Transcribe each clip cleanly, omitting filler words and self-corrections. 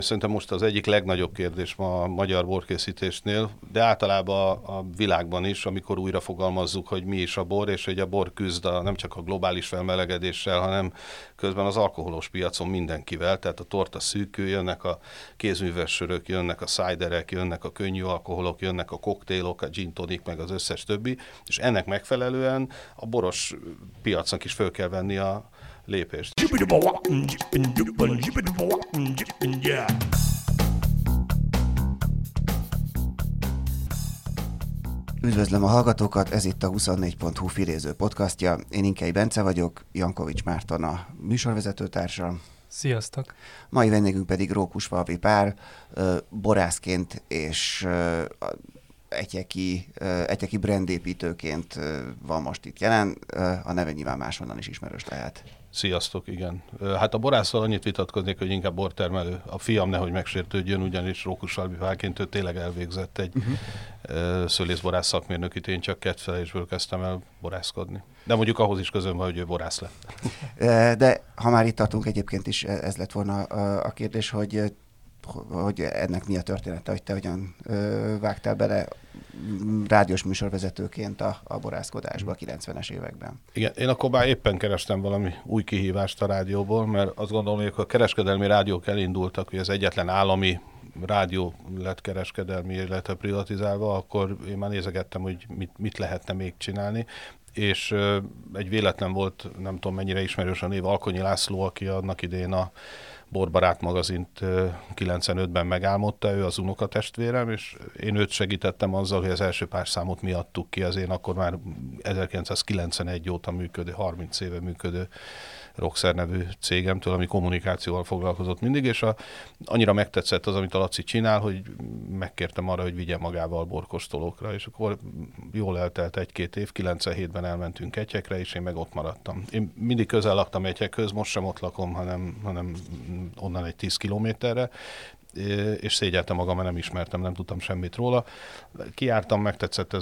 Szerintem most az egyik legnagyobb kérdés ma a magyar borkészítésnél, de általában a világban is, amikor újra fogalmazzuk, hogy mi is a bor, és hogy a bor küzd nem csak a globális felmelegedéssel, hanem közben az alkoholos piacon mindenkivel, tehát a torta szűkül, jönnek a kézműves sörök, jönnek a ciderek, jönnek a könnyű alkoholok, jönnek a koktélok, a gin tonic, meg az összes többi, és ennek megfelelően a boros piacnak is föl kell venni a lépést. Üdvözlöm a hallgatókat, ez itt a 24.hu filéző podcastja. Én Inkei Bence vagyok, Jankovics Márton a műsorvezetőtársam. Sziasztok! Mai vendégünk pedig Rókusfalvi Pál, borászként és egyeki brandépítőként van most itt jelen. A neve nyilván máshonnan is ismerős lehet. Sziasztok, igen. Hát a borásszal annyit vitatkoznék, hogy inkább bortermelő. A fiam nehogy megsértődjön, ugyanis Rókusfalvi Pálként ő tényleg elvégzett egy szőlészborász szakmérnökit, én csak kedvfelésből kezdtem el borászkodni. De mondjuk ahhoz is közön van, hogy ő borász lett. De ha már itt tartunk, egyébként is ez lett volna a kérdés, hogy ennek mi a története, hogy te hogyan vágtál bele rádiós műsorvezetőként a borászkodásba a 90-es években. Igen, én akkor már éppen kerestem valami új kihívást a rádióból, mert azt gondolom, hogy a kereskedelmi rádiók elindultak, hogy az egyetlen állami rádió lett kereskedelmi, illetve privatizálva, akkor én már nézegettem, hogy mit lehetne még csinálni, és egy véletlen volt, nem tudom mennyire ismerős a név, Alkonyi László, aki annak idején a Borbarát magazint 95-ben megálmodta, ő az unokatestvérem, és én őt segítettem azzal, hogy az első pár számot mi adtuk ki, az én akkor már 1991 óta működő, 30 éve működő Rockszer nevű cégemtől, ami kommunikációval foglalkozott mindig, és annyira megtetszett az, amit a Laci csinál, hogy megkértem arra, hogy vigye magával borkóstolókra, és akkor jól eltelt egy-két év, 97-ben elmentünk Etyekre, és én meg ott maradtam. Én mindig közel laktam Etyekhöz, most sem ott lakom, hanem onnan egy 10 kilométerre, és szégyeltem magam, mert nem ismertem, nem tudtam semmit róla. Kijártam, megtetszett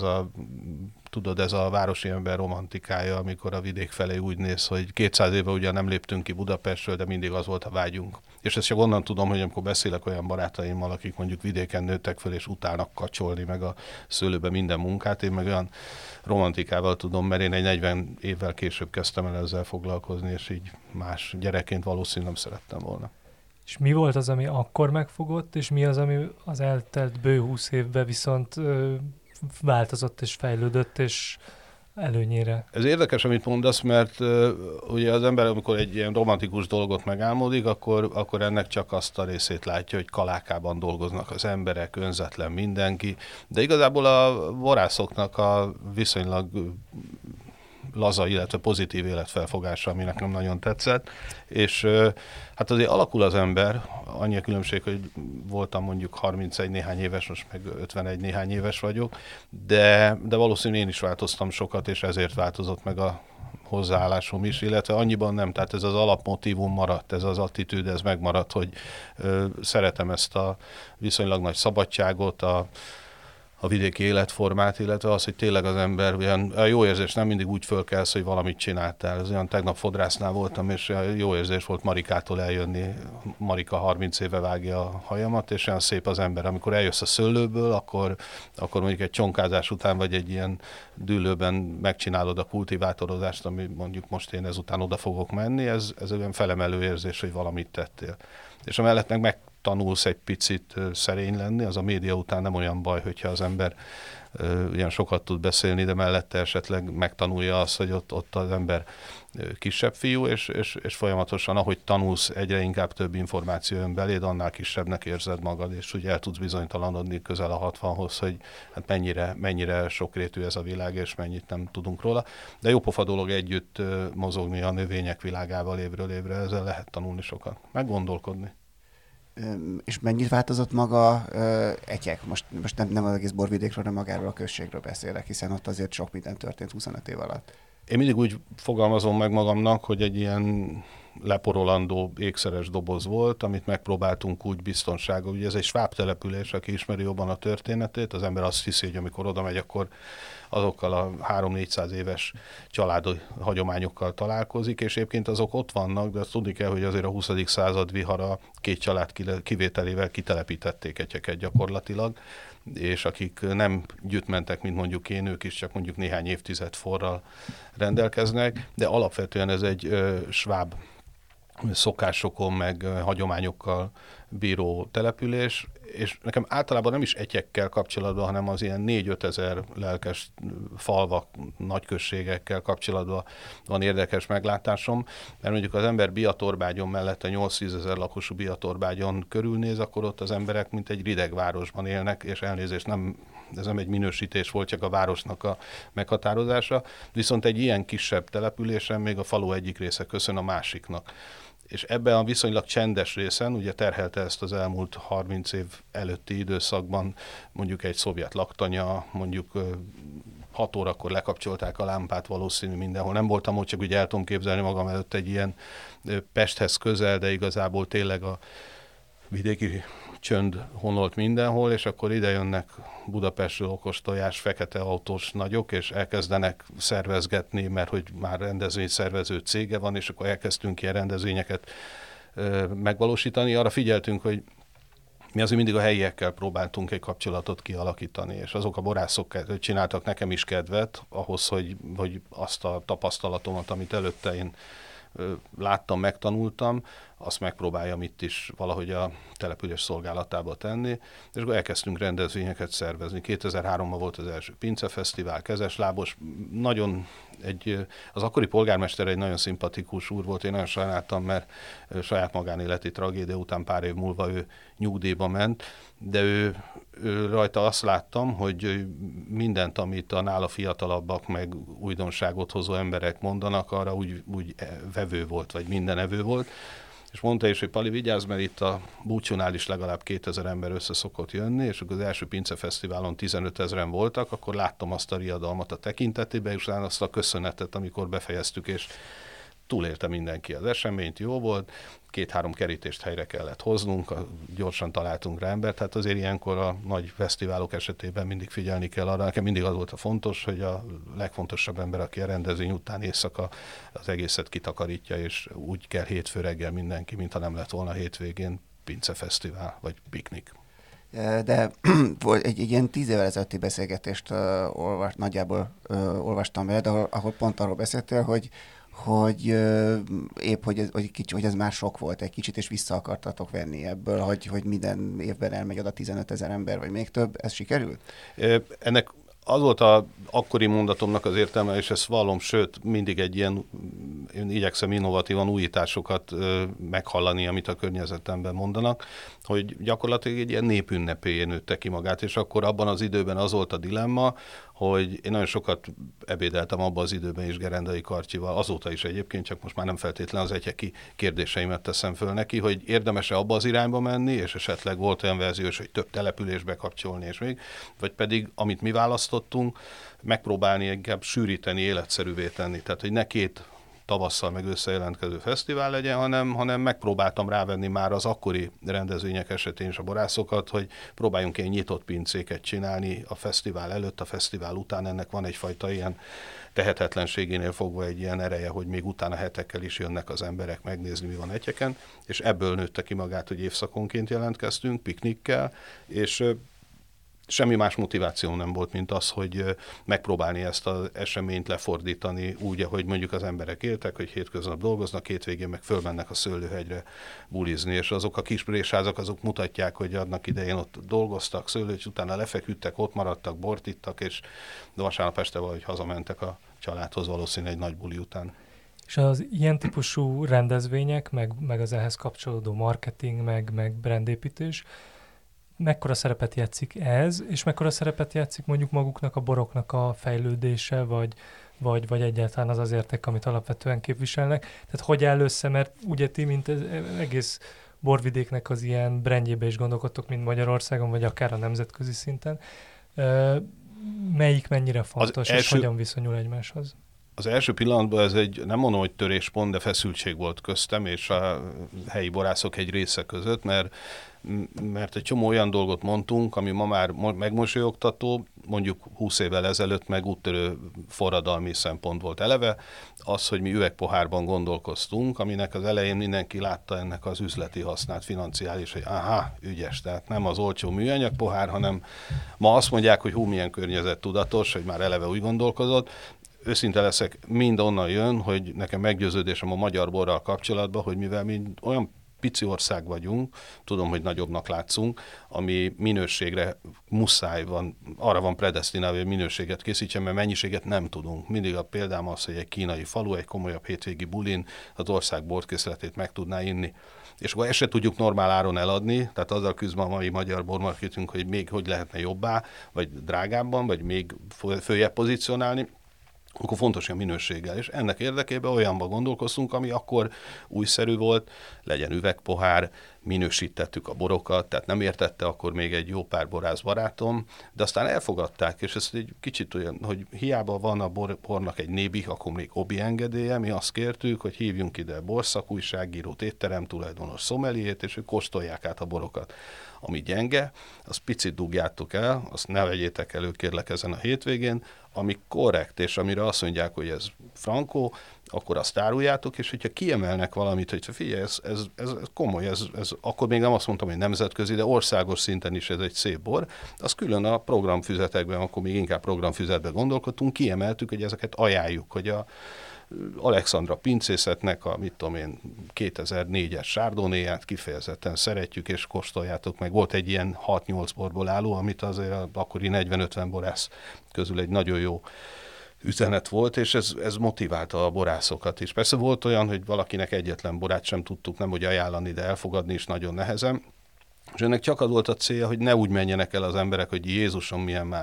ez a városi ember romantikája, amikor a vidék felé úgy néz, hogy 200 éve ugyan nem léptünk ki Budapestről, de mindig az volt a vágyunk. És ezt csak onnan tudom, hogy amikor beszélek olyan barátaimmal, akik mondjuk vidéken nőttek föl, és utálnak kacsolni meg a szőlőbe minden munkát, én meg olyan romantikával tudom, mert én egy 40 évvel később kezdtem el ezzel foglalkozni, és így más gyerekként valószínűleg nem szerettem volna. És mi volt az, ami akkor megfogott, és mi az, ami az eltelt bő 20 évben viszont változott és fejlődött, és előnyére? Ez érdekes, amit mondasz, mert ugye az ember, amikor egy ilyen romantikus dolgot megálmodik, akkor ennek csak azt a részét látja, hogy kalákában dolgoznak az emberek, önzetlen mindenki, de igazából a borászoknak a viszonylag laza, illetve pozitív életfelfogása, ami nekem nagyon tetszett, és hát azért alakul az ember, annyi a különbség, hogy voltam mondjuk 31 néhány éves, most meg 51 néhány éves vagyok, de valószínűleg én is változtam sokat, és ezért változott meg a hozzáállásom is, illetve annyiban nem, tehát ez az alapmotívum maradt, ez az attitűd, ez megmaradt, hogy szeretem ezt a viszonylag nagy szabadságot, a vidéki életformát, illetve az, hogy tényleg az ember olyan a jó érzés, nem mindig úgy fölkelsz, hogy valamit csináltál. Ez olyan tegnap fodrásznál voltam, és jó érzés volt Marikától eljönni. Marika 30 éve vágja a hajamat, és olyan szép az ember. Amikor eljössz a szőlőből, akkor mondjuk egy csonkázás után, vagy egy ilyen dűlőben megcsinálod a kultivátorozást, ami mondjuk most én ezután oda fogok menni, ez olyan felemelő érzés, hogy valamit tettél. És amellett meg tanulsz egy picit szerény lenni, az a média után nem olyan baj, hogyha az ember ugyan sokat tud beszélni, de mellette esetleg megtanulja azt, hogy ott az ember kisebb fiú, és folyamatosan, ahogy tanulsz, egyre inkább több információ jön beléd, annál kisebbnek érzed magad, és ugye el tudsz bizonytalanodni közel a 60-hoz, hogy hát mennyire sokrétű ez a világ, és mennyit nem tudunk róla. De jópofa dolog együtt mozogni a növények világával évről évre, ezzel lehet tanulni sokat, meggondolkodni. És mennyit változott maga Etyek? Most nem az egész borvidékről, hanem magáról a községről beszélek, hiszen ott azért sok minden történt 25 év alatt. Én mindig úgy fogalmazom meg magamnak, hogy egy ilyen leporolandó ékszeres doboz volt, amit megpróbáltunk úgy biztonsággal. Ugye ez egy sváb település, aki ismeri jobban a történetét, az ember azt hiszi, hogy amikor oda megy, akkor azokkal a 300-400 éves családi hagyományokkal találkozik, és egyébként azok ott vannak, de azt tudni kell, hogy azért a 20. század vihara 2 család kivételével kitelepítették egyeket gyakorlatilag, és akik nem gyüttmentek, mint mondjuk én, ők is csak mondjuk néhány évtized forral rendelkeznek, de alapvetően ez egy sváb szokásokon, meg hagyományokkal bíró település, és nekem általában nem is egyekkel kapcsolatban, hanem az ilyen 4-5 ezer lelkes falvak, nagyközségekkel kapcsolatban van érdekes meglátásom, mert mondjuk az ember Biatorbágyon mellett a 8-10 ezer lakosú Biatorbágyon körülnéz, akkor ott az emberek mint egy rideg városban élnek, és elnézést, ez nem egy minősítés volt, csak a városnak a meghatározása, viszont egy ilyen kisebb településen még a falu egyik része köszön a másiknak. És ebben a viszonylag csendes részen, ugye terhelte ezt az elmúlt 30 év előtti időszakban mondjuk egy szovjet laktanya, mondjuk 6 órakor lekapcsolták a lámpát, valószínű mindenhol. Nem voltam ott, csak úgy el tudom képzelni magam előtt egy ilyen Pesthez közel, de igazából tényleg a vidéki csönd honolt mindenhol, és akkor ide jönnek Budapestről okostojás, fekete autós nagyok, és elkezdenek szervezgetni, mert hogy már rendezvényszervező cége van, és akkor elkezdtünk ilyen rendezvényeket megvalósítani. Arra figyeltünk, hogy mi azért mindig a helyiekkel próbáltunk egy kapcsolatot kialakítani, és azok a borászok csináltak nekem is kedvet ahhoz, hogy azt a tapasztalatomat, amit előtte én láttam, megtanultam, azt megpróbáljam itt is valahogy a település szolgálatába tenni, és akkor elkezdtünk rendezvényeket szervezni. 2003-ban volt az első Pincefesztivál, Kezeslábos, az akkori polgármester egy nagyon szimpatikus úr volt, én nagyon sajnáltam, mert saját magánéleti tragédia után pár év múlva ő nyugdíjba ment, de ő rajta azt láttam, hogy mindent, amit a nála fiatalabbak, meg újdonságot hozó emberek mondanak, arra úgy vevő volt, vagy mindenevő volt. És mondta is, hogy Pali, vigyázz, mert itt a búcsúnál is legalább 2000 ember össze szokott jönni, és akkor az első Pincefesztiválon 15 000-en voltak, akkor láttam azt a riadalmat a tekintetében, és utána azt a köszönetet, amikor befejeztük, és túlélte mindenki az eseményt, jó volt, 2-3 kerítést helyre kellett hoznunk, gyorsan találtunk rá embert, tehát azért ilyenkor a nagy fesztiválok esetében mindig figyelni kell arra. Nekem mindig az volt a fontos, hogy a legfontosabb ember, aki a rendezvény után éjszaka az egészet kitakarítja, és úgy kell hétfő reggel mindenki, mintha nem lett volna hétvégén Pincefesztivál vagy piknik. De volt egy ilyen 10 évvel ezelőtti beszélgetést nagyjából olvastam veled, ahol pont arról beszéltél, hogy épp, hogy ez már sok volt egy kicsit, és vissza akartatok venni ebből, hogy minden évben elmegy oda 15 000 ember, vagy még több. Ez sikerült? Ennek az volt az akkori mondatomnak az értelme, és ezt vallom, sőt, mindig egy ilyen, én igyekszem innovatívan újításokat meghallani, amit a környezetemben mondanak, hogy gyakorlatilag egy ilyen népünnepéjén nőtte ki magát, és akkor abban az időben az volt a dilemma, hogy én nagyon sokat ebédeltem abban az időben is Gerendai Karcsival, azóta is egyébként, csak most már nem feltétlen az egyeki kérdéseimet teszem föl neki, hogy érdemes-e abba az irányba menni, és esetleg volt olyan verziós, hogy több településbe kapcsolni, és még, vagy pedig, amit mi választottunk, megpróbálni inkább sűríteni, életszerűvé tenni. Tehát, hogy ne 2 tavasszal meg összejelentkező fesztivál legyen, hanem megpróbáltam rávenni már az akkori rendezvények esetén is a borászokat, hogy próbáljunk ilyen nyitott pincéket csinálni a fesztivál előtt, a fesztivál után. Ennek van egyfajta ilyen tehetetlenségénél fogva egy ilyen ereje, hogy még utána hetekkel is jönnek az emberek megnézni, mi van egyeken, és ebből nőtte ki magát, hogy évszakonként jelentkeztünk, piknikkel, és semmi más motiváció nem volt, mint az, hogy megpróbálni ezt az eseményt lefordítani úgy, ahogy mondjuk az emberek éltek, hogy hétköznap dolgoznak, hétvégén meg fölmennek a Szőlőhegyre bulizni, és azok a kis présházak, azok mutatják, hogy annak idején ott dolgoztak, Szőlőhegyt, utána lefeküdtek, ott maradtak, bort ittak, és vasárnap este valahogy hazamentek a családhoz valószínűleg egy nagy buli után. És az ilyen típusú rendezvények, meg az ehhez kapcsolódó marketing, meg brandépítés, mekkora szerepet játszik ez, és mekkora szerepet játszik mondjuk maguknak a boroknak a fejlődése, vagy egyáltalán az érték, amit alapvetően képviselnek. Tehát hogy áll össze, mert ugye ti, mint az egész borvidéknek az ilyen brandjébe is gondolkodtok, mint Magyarországon, vagy akár a nemzetközi szinten. Melyik mennyire fontos, és hogyan viszonyul egymáshoz? Az első pillanatban ez nem mondom, hogy töréspont, de feszültség volt köztem és a helyi borászok egy része között, mert egy csomó olyan dolgot mondtunk, ami ma már megmosolyogtató, mondjuk 20 évvel ezelőtt meg úttörő forradalmi szempont volt eleve, az, hogy mi üvegpohárban gondolkoztunk, aminek az elején mindenki látta ennek az üzleti hasznát, financiális, hogy aha, ügyes, tehát nem az olcsó műanyag pohár, hanem ma azt mondják, hogy milyen környezettudatos, hogy már eleve úgy gondolkozott. Őszinte leszek, mind onnan jön, hogy nekem meggyőződésem a magyar borral kapcsolatban, hogy mivel mi olyan pici ország vagyunk, tudom, hogy nagyobbnak látszunk, ami minőségre muszáj van, arra van predesztinálva, hogy minőséget készítsen, mert mennyiséget nem tudunk. Mindig a példám az, hogy egy kínai falu, egy komolyabb hétvégi bulin az ország borkészletét meg tudná inni. És akkor ezt se tudjuk normál áron eladni, tehát azzal küzd a mai magyar bormarketünk, hogy még hogy lehetne jobbá, vagy drágábban, vagy még följebb pozícionálni, akkor fontos a minőséggel, és ennek érdekében olyanba gondolkoztunk, ami akkor újszerű volt, legyen üvegpohár, minősítettük a borokat, tehát nem értette akkor még egy jó pár borász barátom, de aztán elfogadták, és ez egy kicsit olyan, hogy hiába van a bornak egy nébi, akkor még obi engedélye, mi azt kértük, hogy hívjunk ide borszakújságírót, étterem tulajdonos, szomeliét, és ők kóstolják át a borokat. Ami gyenge, azt picit dugjátok el, azt ne vegyétek elő, kérlek, ezen a hétvégén, ami korrekt, és amire azt mondják, hogy ez frankó, akkor azt áruljátok, és hogyha kiemelnek valamit, hogy figyelj, ez komoly, ez akkor még nem azt mondtam, hogy nemzetközi, de országos szinten is ez egy szép bor, az külön a programfüzetekben, akkor még inkább programfüzetben gondolkodtunk, kiemeltük, hogy ezeket ajánljuk, hogy a Alexandra pincészetnek a, 2004-es sárdónéját kifejezetten szeretjük, és kóstoljátok meg. Volt egy ilyen 6-8 borból álló, amit azért akkori 40-50 borász közül egy nagyon jó üzenet volt, és ez motiválta a borászokat is. Persze volt olyan, hogy valakinek egyetlen borát sem tudtuk nem hogy ajánlani, de elfogadni is nagyon nehezen. És ennek csak az volt a célja, hogy ne úgy menjenek el az emberek, hogy Jézusom,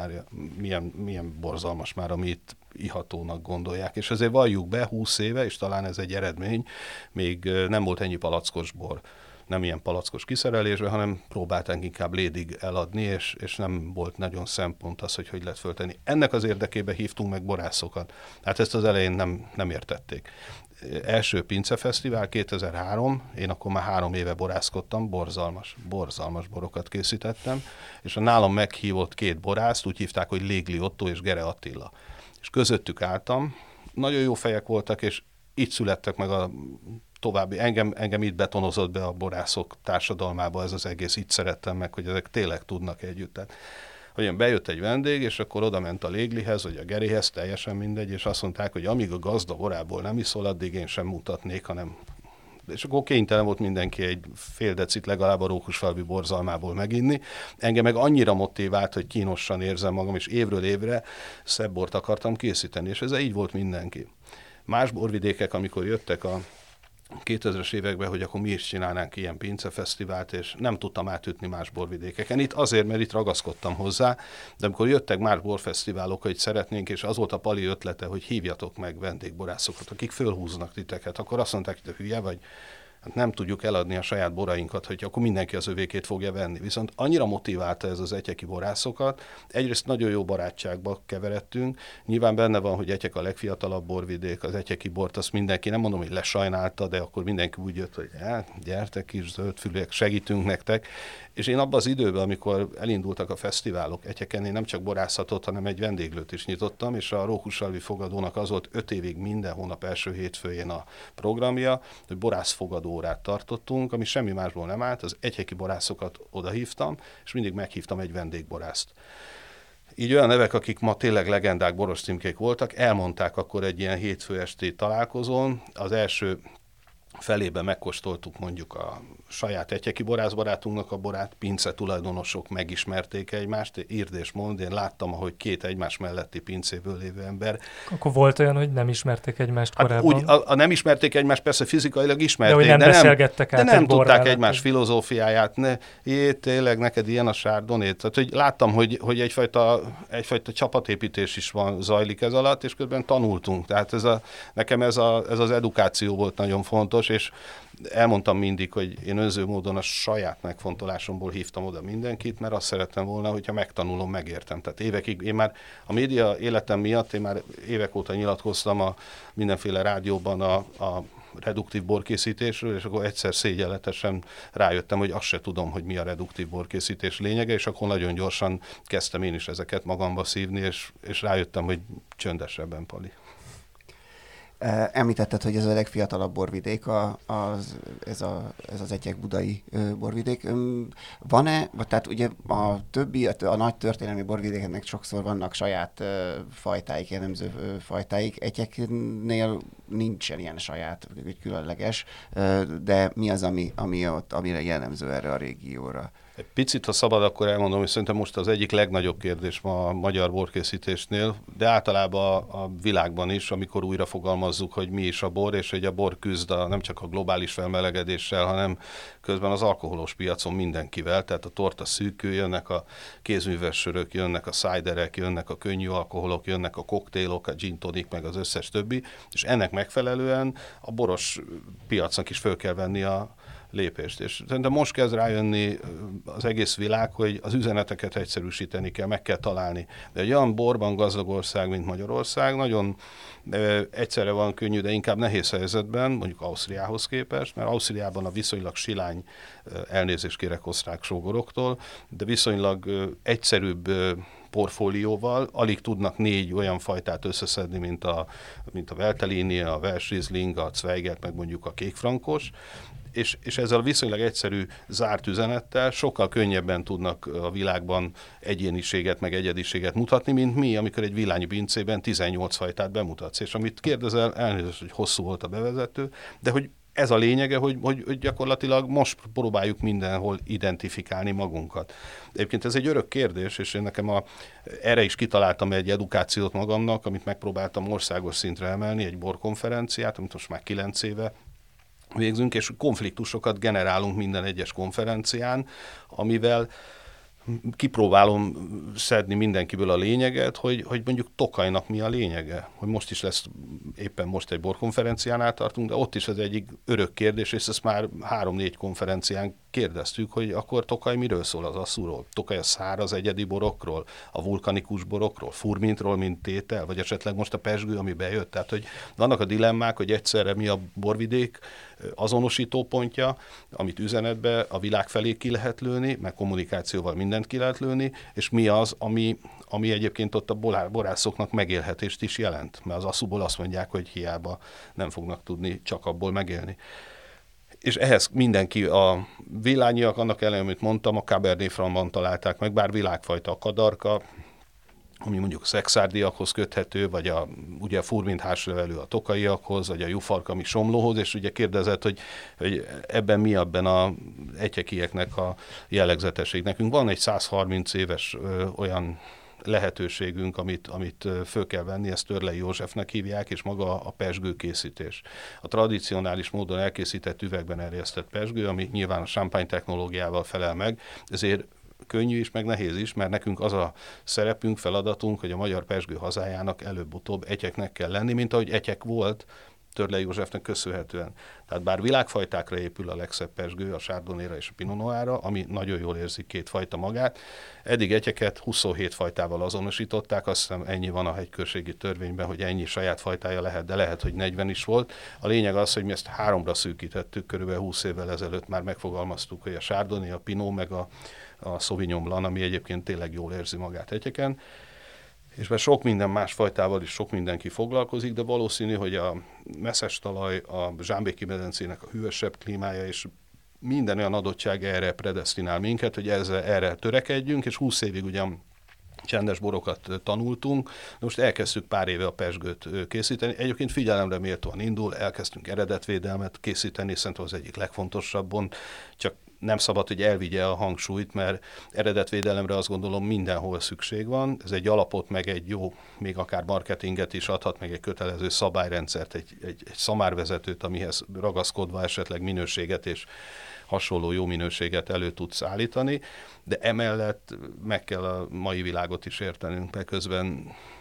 milyen borzalmas már, ami itt ihatónak gondolják. És azért valljuk be 20 éve, és talán ez egy eredmény, még nem volt ennyi palackos bor. Nem ilyen palackos kiszerelésben, hanem próbálták inkább lédig eladni, és nem volt nagyon szempont az, hogy lehet föltenni. Ennek az érdekében hívtunk meg borászokat. Hát ezt az elején nem értették. Első pincefesztivál 2003, én akkor már 3 éve borászkodtam, borzalmas borokat készítettem, és a nálam meghívott 2 borászt, úgy hívták, hogy Légli Otto és Gere Attila. És közöttük álltam, nagyon jó fejek voltak, és így születtek meg a további, engem itt betonozott be a borászok társadalmába ez az egész, így szerettem meg, hogy ezek tényleg tudnak együtt. Tehát, hogy bejött egy vendég, és akkor oda ment a Léglihez, vagy a Gerihez, teljesen mindegy, és azt mondták, hogy amíg a gazda borából nem iszol, addig én sem mutatnék, hanem... És akkor kénytelen volt mindenki egy fél decit legalább a Rókusfalvi borzalmából meginni. Engem meg annyira motivált, hogy kínosan érzem magam, és évről évre szebb bort akartam készíteni, és ez így volt mindenki. Más borvidékek, amikor jöttek a 2000-es években, hogy akkor mi is csinálnánk ilyen pincefesztivált, és nem tudtam átütni más borvidékeken. Itt azért, mert itt ragaszkodtam hozzá, de amikor jöttek más borfesztiválok, hogy szeretnénk, és az volt a Pali ötlete, hogy hívjatok meg vendégborászokat, akik fölhúznak titeket, akkor azt mondták, hogy te hülye vagy, hát nem tudjuk eladni a saját borainkat, hogy akkor mindenki az övékét fogja venni. Viszont annyira motiválta ez az etyeki borászokat, egyrészt nagyon jó barátságba keveredtünk, nyilván benne van, hogy Etyek a legfiatalabb borvidék, az etyeki bort azt mindenki, nem mondom, hogy lesajnálta, de akkor mindenki úgy jött, hogy gyertek is, zöldfülűek, segítünk nektek. És én abban az időben, amikor elindultak a fesztiválok Etyeken, én nem csak borászatot, hanem egy vendéglőt is nyitottam, és a Rókusalvi fogadónak az volt 5 évig minden hónap első hétfőjén a programja, hogy borászfogadórát tartottunk, ami semmi másból nem állt, az etyeki borászokat odahívtam, és mindig meghívtam egy vendégborászt. Így olyan nevek, akik ma tényleg legendák, boros címkék voltak, elmondták akkor egy ilyen hétfő esti találkozón. Az első felében megkóstoltuk mondjuk a saját etyeki borászbarátunknak a borát, pince tulajdonosok megismerték egymást, írd és mondd, én láttam, ahogy 2 egymás melletti pincéből lévő ember. Akkor volt olyan, hogy nem ismerték egymást korábban? Úgy, a nem ismerték egymást, persze fizikailag ismerték, de nem tudták egymás filozófiáját. Tényleg neked ilyen a sárdonét. Tehát, hogy láttam, hogy egyfajta csapatépítés is zajlik ez alatt, és közben tanultunk. Tehát nekem ez az edukáció volt nagyon fontos, és elmondtam mindig, hogy én önző módon a saját megfontolásomból hívtam oda mindenkit, mert azt szerettem volna, hogyha megtanulom, megértem. Tehát évekig, én már a média életem miatt, én már évek óta nyilatkoztam a mindenféle rádióban a reduktív borkészítésről, és akkor egyszer szégyenletesen rájöttem, hogy azt se tudom, hogy mi a reduktív borkészítés lényege, és akkor nagyon gyorsan kezdtem én is ezeket magamba szívni, és rájöttem, hogy csöndesebben, Pali. Említetted, hogy ez a legfiatalabb borvidék, ez az Etyek budai borvidék. Van-e, tehát ugye a többi, a nagy történelmi borvidékeknek sokszor vannak saját fajtáik, jellemző fajtáik. Etyeknél nincsen ilyen saját, vagy különleges, de mi az, amire jellemző erre a régióra? Egy picit, ha szabad, akkor elmondom, hogy szerintem most az egyik legnagyobb kérdés ma a magyar borkészítésnél, de általában a világban is, amikor újra fogalmazzuk, hogy mi is a bor, és hogy a bor küzd nem csak a globális felmelegedéssel, hanem közben az alkoholos piacon mindenkivel, tehát a torta szűkül, jönnek a kézműves sörök, jönnek a ciderek, jönnek a könnyű alkoholok, jönnek a koktélok, a gin tonic, meg az összes többi, és ennek megfelelően a boros piacnak is föl kell venni a lépést. És szerintem most kezd rájönni az egész világ, hogy az üzeneteket egyszerűsíteni kell, meg kell találni. De egy olyan borban gazdag ország, mint Magyarország, nagyon egyszerre van könnyű, de inkább nehéz helyzetben, mondjuk Ausztriához képest, mert Ausztriában a viszonylag silány, elnézést kérek osztrák sógoroktól, de viszonylag egyszerűbb portfólióval, alig tudnak 4 olyan fajtát összeszedni, mint a Veltlini, a Velschriesling, a Zweigert, meg mondjuk a kékfrankos, és ezzel a viszonylag egyszerű zárt üzenettel sokkal könnyebben tudnak a világban egyéniséget, meg egyediséget mutatni, mint mi, amikor egy Villányi Bincében 18 fajtát bemutatsz. És amit kérdezel, elnézést, hogy hosszú volt a bevezető, de hogy ez a lényege, hogy gyakorlatilag most próbáljuk mindenhol identifikálni magunkat. Egyébként ez egy örök kérdés, és én nekem erre is kitaláltam egy edukációt magamnak, amit megpróbáltam országos szintre emelni, egy borkonferenciát, amit most már 9 éve végzünk, és konfliktusokat generálunk minden egyes konferencián, amivel kipróbálom szedni mindenkiből a lényeget, hogy mondjuk Tokajnak mi a lényege. Hogy most is lesz, éppen most egy borkonferenciánál tartunk, de ott is ez egyik örök kérdés, és ezt már 3-4 konferencián kérdeztük, hogy akkor Tokaj miről szól, az asszúról? Tokaj a száraz egyedi borokról, a vulkanikus borokról, furmintról, mint tétel, vagy esetleg most a pezsgő, ami bejött. Tehát, hogy vannak a dilemmák, hogy egyszerre mi a borvidék azonosítópontja, amit üzenetbe a világ felé ki lehet lőni, meg kommunikációval mindent ki lehet lőni, és mi az, ami egyébként ott a borászoknak megélhetést is jelent. Mert az asszúból azt mondják, hogy hiába nem fognak tudni csak abból megélni. És ehhez mindenki, a villányiak, annak ellenére, amit mondtam, a Cabernet Francban találták meg, bár világfajta a kadarka, ami mondjuk a szexárdiakhoz köthető, vagy ugye a furmint hárslevelő a tokaiakhoz, vagy a jufark, ami somlóhoz, és ugye kérdezett, hogy ebben mi ebben az etyekieknek a jellegzetesség. Nekünk van egy 130 éves olyan lehetőségünk, amit föl kell venni, ezt Törlei Józsefnek hívják, és maga a pezsgő készítés. A tradicionális módon elkészített üvegben erjesztett pezsgő, ami nyilván a champagne technológiával felel meg, ezért könnyű is, meg nehéz is, mert nekünk az a szerepünk, feladatunk, hogy a magyar pezsgő hazájának előbb-utóbb etyeknek kell lenni, mint ahogy etyek volt Törlei Józsefnek köszönhetően. Tehát bár világfajtákra épül a legszebb pezsgő, a Chardonnayra és a Pinot Noirra, ami nagyon jól érzi 2 fajta magát, eddig etyeket 27 fajtával azonosították, azt hiszem ennyi van a hegykörségi törvényben, hogy ennyi saját fajtája lehet, de lehet, hogy 40 is volt. A lényeg az, hogy mi ezt 3-ra szűkítettük, körülbelül 20 évvel ezelőtt már megfogalmaztuk, hogy a Chardonnay, a Pinot, meg a Sauvignon Blanc, ami egyébként tényleg jól érzi magát etyeken. És mert sok minden más fajtával is sok mindenki foglalkozik, de valószínű, hogy a messzes talaj, a Zsámbéki medencének a hűvösebb klímája és minden olyan adottság erre predesztinál minket, hogy erre törekedjünk, és 20 évig ugyan csendes borokat tanultunk, de most elkezdtük pár éve a pezsgőt készíteni. Egyébként figyelemre méltóan indul, elkezdtünk eredetvédelmet készíteni, szerintem az egyik legfontosabbon, csak nem szabad, hogy elvigye a hangsúlyt, mert eredetvédelemre azt gondolom mindenhol szükség van. Ez egy alapot, meg egy jó, még akár marketinget is adhat, meg egy kötelező szabályrendszert, egy szamárvezetőt, amihez ragaszkodva esetleg minőséget és hasonló jó minőséget elő tudsz állítani, de emellett meg kell a mai világot is értenünk, mert közben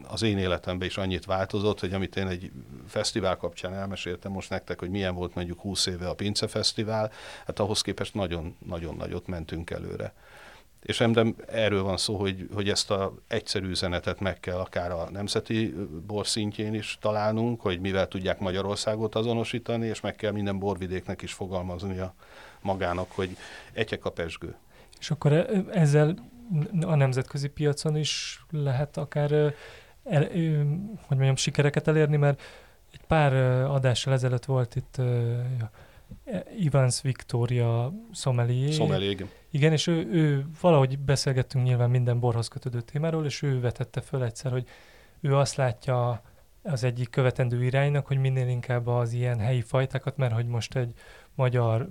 az én életemben is annyit változott, hogy amit én egy fesztivál kapcsán elmeséltem most nektek, hogy milyen volt mondjuk 20 éve a Pince Fesztivál, hát ahhoz képest nagyon nagyot mentünk előre. És nem erről van szó, hogy ezt az egyszerű üzenetet meg kell akár a nemzeti bor szintjén is találnunk, hogy mivel tudják Magyarországot azonosítani, és meg kell minden borvidéknek is fogalmaznia magának, hogy etyek a pezsgő. És akkor ezzel a nemzetközi piacon is lehet akár sikereket elérni, mert egy pár adással ezelőtt volt itt Ivans Victoria sommelier. Igen, és ő valahogy beszélgettünk nyilván minden borhoz kötődő témáról, és ő vetette föl egyszer, hogy ő azt látja az egyik követendő iránynak, hogy minél inkább az ilyen helyi fajtákat, mert hogy most egy magyar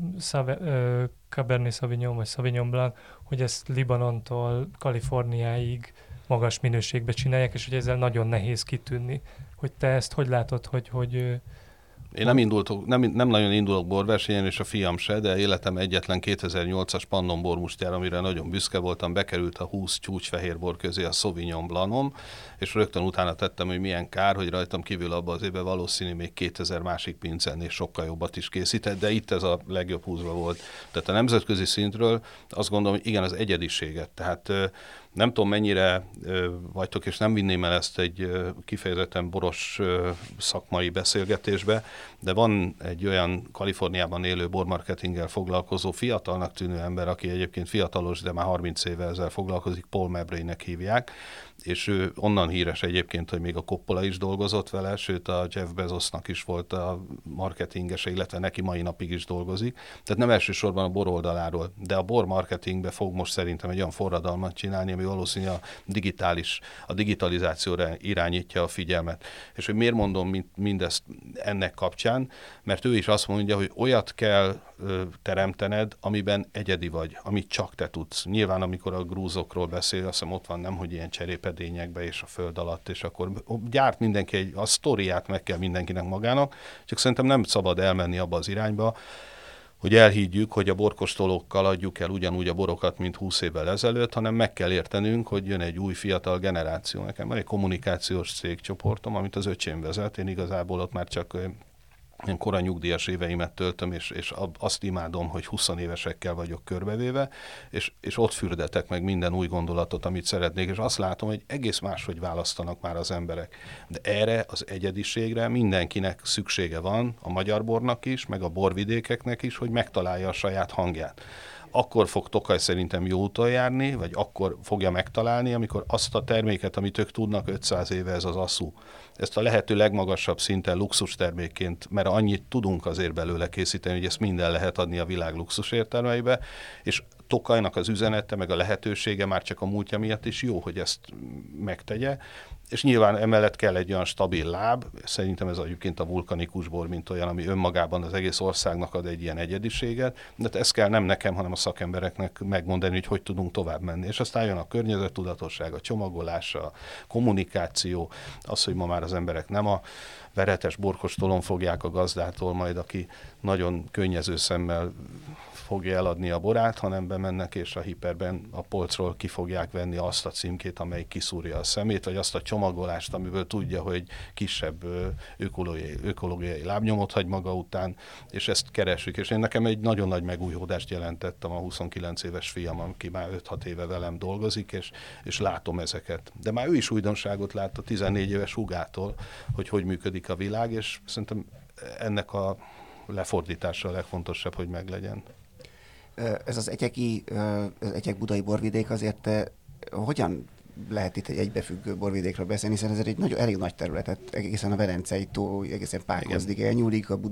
Cabernet Sauvignon vagy Sauvignon Blanc, hogy ezt Libanontól Kaliforniáig magas minőségbe csinálják, és hogy ezzel nagyon nehéz kitűnni. Hogy te ezt hogy látod, hogy Én nem nagyon indulok borversenyen, és a fiam se, de életem egyetlen 2008-as Pannon bormustjára, amire nagyon büszke voltam, bekerült a 20 csúcsfehérbor közé a Sauvignon Blancom, és rögtön utána tettem, hogy milyen kár, hogy rajtam kívül abban az évben valószínű még 2000 másik pincennél sokkal jobbat is készített, de itt ez a legjobb 20-ba volt. Tehát a nemzetközi szintről azt gondolom, hogy igen, az egyediséget. Tehát nem tudom, mennyire vagytok, és nem vinném el ezt egy kifejezetten boros szakmai beszélgetésbe, de van egy olyan Kaliforniában élő bormarketinggel foglalkozó fiatalnak tűnő ember, aki egyébként fiatalos, de már 30 éve ezzel foglalkozik, Paul Mabray-nek hívják, és ő onnan híres egyébként, hogy még a Coppola is dolgozott vele, sőt a Jeff Bezosnak is volt a marketingese, illetve neki mai napig is dolgozik. Tehát nem elsősorban a bor oldaláról, de a bor marketingbe fog most szerintem egy olyan forradalmat csinálni, ami valószínűleg a digitalizációra irányítja a figyelmet. És hogy miért mondom mindezt ennek kapcsán, mert ő is azt mondja, hogy olyat kell teremtened, amiben egyedi vagy, amit csak te tudsz. Nyilván, amikor a grúzokról beszél, azt hiszem ott van nem, hogy ilyen cserépedényekbe és a föld alatt, és akkor gyárt mindenki a sztoriát meg kell mindenkinek magának, csak szerintem nem szabad elmenni abba az irányba, hogy elhiggyük, hogy a borkóstolókkal adjuk el ugyanúgy a borokat, mint 20 évvel ezelőtt, hanem meg kell értenünk, hogy jön egy új fiatal generáció. Nekem van egy kommunikációs cégcsoportom, amit az öcsém vezet, én igazából ott már csak én korai nyugdíjas éveimet töltöm, és azt imádom, hogy 20 évesekkel vagyok körbevéve, és ott fürdetek meg minden új gondolatot, amit szeretnék, és azt látom, hogy egész máshogy választanak már az emberek. De erre az egyediségre mindenkinek szüksége van, a magyar bornak is, meg a borvidékeknek is, hogy megtalálja a saját hangját. Akkor fog Tokaj szerintem jó úton járni, vagy akkor fogja megtalálni, amikor azt a terméket, amit ők tudnak 500 éve, ez az asszú, ezt a lehető legmagasabb szinten luxus termékként, mert annyit tudunk azért belőle készíteni, hogy ezt minden lehet adni a világ luxus értelmeibe, és Tokajnak az üzenete, meg a lehetősége már csak a múltja miatt is jó, hogy ezt megtegye, és nyilván emellett kell egy olyan stabil láb, szerintem ez egyébként a vulkanikus bor, mint olyan, ami önmagában az egész országnak ad egy ilyen egyediséget, de ezt kell nem nekem, hanem a szakembereknek megmondani, hogy tudunk tovább menni. És aztán jön a környezettudatosság, a csomagolás, a kommunikáció, az, hogy ma már az emberek nem a veretes borkostolón fogják a gazdától majd, aki nagyon könnyező szemmel fogja eladni a borát, hanem bemennek és a hiperben a polcról ki fogják venni azt a címkét, amely kiszúrja a szemét, vagy azt a csomagolást, amiből tudja, hogy kisebb ökológiai lábnyomot hagy maga után, és ezt keresünk. És én nekem egy nagyon nagy megújulódást jelentettem a 29 éves fiam, aki már 5-6 éve velem dolgozik, és látom ezeket. De már ő is újdonságot lát a 14 éves húgától, hogy működik a világ, és szerintem ennek a lefordítása a legfontosabb, hogy meglegyen. Ez az Etyek budai borvidék azért hogyan lehet itt egy egybefüggő borvidékről beszélni, hiszen ez egy elég nagy területet, egészen a Velencei tó, egészen Pákozdig elnyúlik, a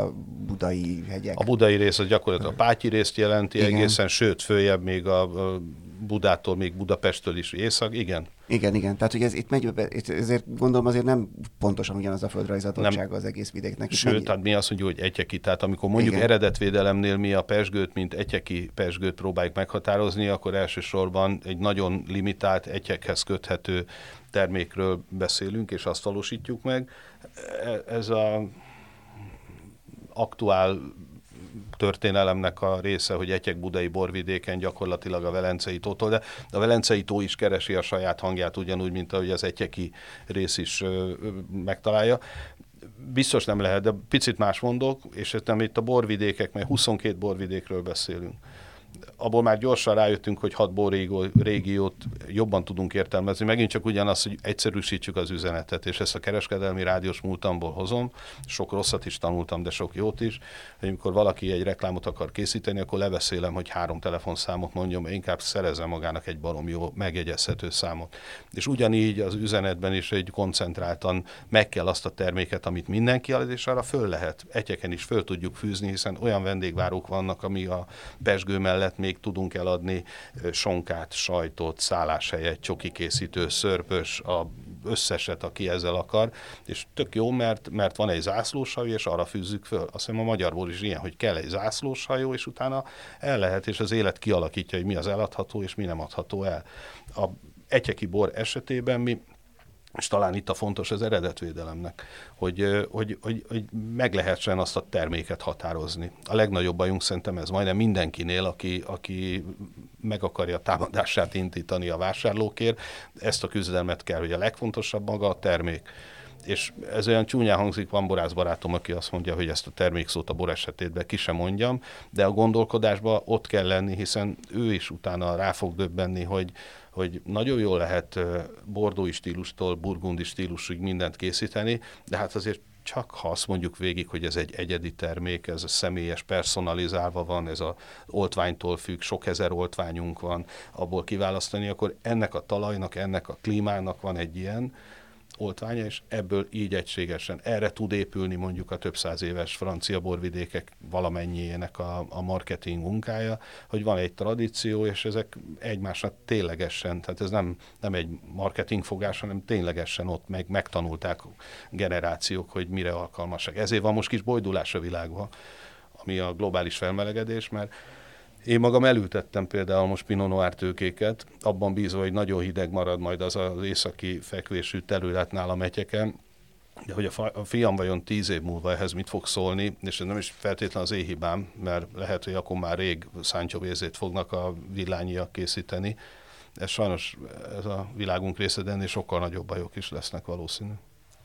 budai hegyek. A budai rész az gyakorlatilag a Pátyi részt jelenti, igen. Egészen, sőt, följebb még a Budától, még Budapesttől is észak, igen. Igen. Tehát, hogy ez itt megy, ezért gondolom azért nem pontosan ugyanaz a földrajzatottsága az egész vidéknek. Sőt, tehát mi azt mondjuk, hogy etyeki. Tehát amikor mondjuk igen. Eredetvédelemnél mi a pezsgőt, mint etyeki pezsgőt próbáljuk meghatározni, akkor elsősorban egy nagyon limitált etyekhez köthető termékről beszélünk, és azt valósítjuk meg. Ez a aktuál történelemnek a része, hogy Etyek-budai borvidéken gyakorlatilag a Velencei tótól, de a Velencei tó is keresi a saját hangját ugyanúgy, mint ahogy az etyeki rész is megtalálja. Biztos nem lehet, de picit más mondok, és itt a borvidékek, mert 22 borvidékről beszélünk. Abból már gyorsan rájöttünk, hogy 6 borrégiót jobban tudunk értelmezni. Megint csak ugyanaz, hogy egyszerűsítsük az üzenetet, és ezt a kereskedelmi rádiós múltamból hozom. Sok rosszat is tanultam, de sok jót is. Hogy amikor valaki egy reklámot akar készíteni, akkor lebeszélem, hogy 3 telefonszámot mondjon, inkább szerezze magának egy barom jó, megjegyezhető számot. És ugyanígy az üzenetben is egy koncentráltan meg kell azt a terméket, amit mindenki ad, és arra föl lehet. Etyeken is föl tudjuk fűzni, hiszen olyan vendégvárók vannak, ami a pezsgő mellett még tudunk eladni sonkát, sajtot, szálláshelyet, csokikészítő, szörpös, összeset, aki ezzel akar, és tök jó, mert van egy zászlóshajó, és arra fűzzük föl. Azt hiszem a magyarból is ilyen, hogy kell egy zászlóshajó, és utána el lehet, és az élet kialakítja, hogy mi az eladható, és mi nem adható el. A etyeki bor esetében és talán itt a fontos az eredetvédelemnek, hogy meg lehessen azt a terméket határozni. A legnagyobb bajunk szerintem ez majdnem mindenkinél, aki meg akarja támadását indítani a vásárlókért. Ezt a küzdelmet kell, hogy a legfontosabb maga a termék. És ez olyan csúnyán hangzik, van borászbarátom, aki azt mondja, hogy ezt a termékszót a bor esetében ki sem mondjam, de a gondolkodásban ott kell lenni, hiszen ő is utána rá fog döbbenni, hogy nagyon jól lehet bordói stílustól burgundi stílusig mindent készíteni, de hát azért csak ha azt mondjuk végig, hogy ez egy egyedi termék, ez a személyes, personalizálva van, ez az oltványtól függ, sok ezer oltványunk van, abból kiválasztani, akkor ennek a talajnak, ennek a klímának van egy ilyen oltványa, és ebből így egységesen erre tud épülni mondjuk a több száz éves francia borvidékek valamennyiének a marketing munkája, hogy van egy tradíció, és ezek egymásnak ténylegesen, tehát ez nem egy marketingfogás, hanem ténylegesen ott megtanulták generációk, hogy mire alkalmasak. Ezért van most kis bojdulás a világban, ami a globális felmelegedés, mert én magam elültettem például most Pinot Noir tőkéket, abban bízva, hogy nagyon hideg marad majd az északi fekvésű terület nálam Etyeken, de hogy a fiam vajon 10 év múlva ehhez mit fog szólni, és ez nem is feltétlen az én hibám, mert lehet, hogy akkor már rég száncsóvézét fognak a villányiak készíteni. Ez sajnos ez a világunk része, de ennél sokkal nagyobb bajok is lesznek valószínű.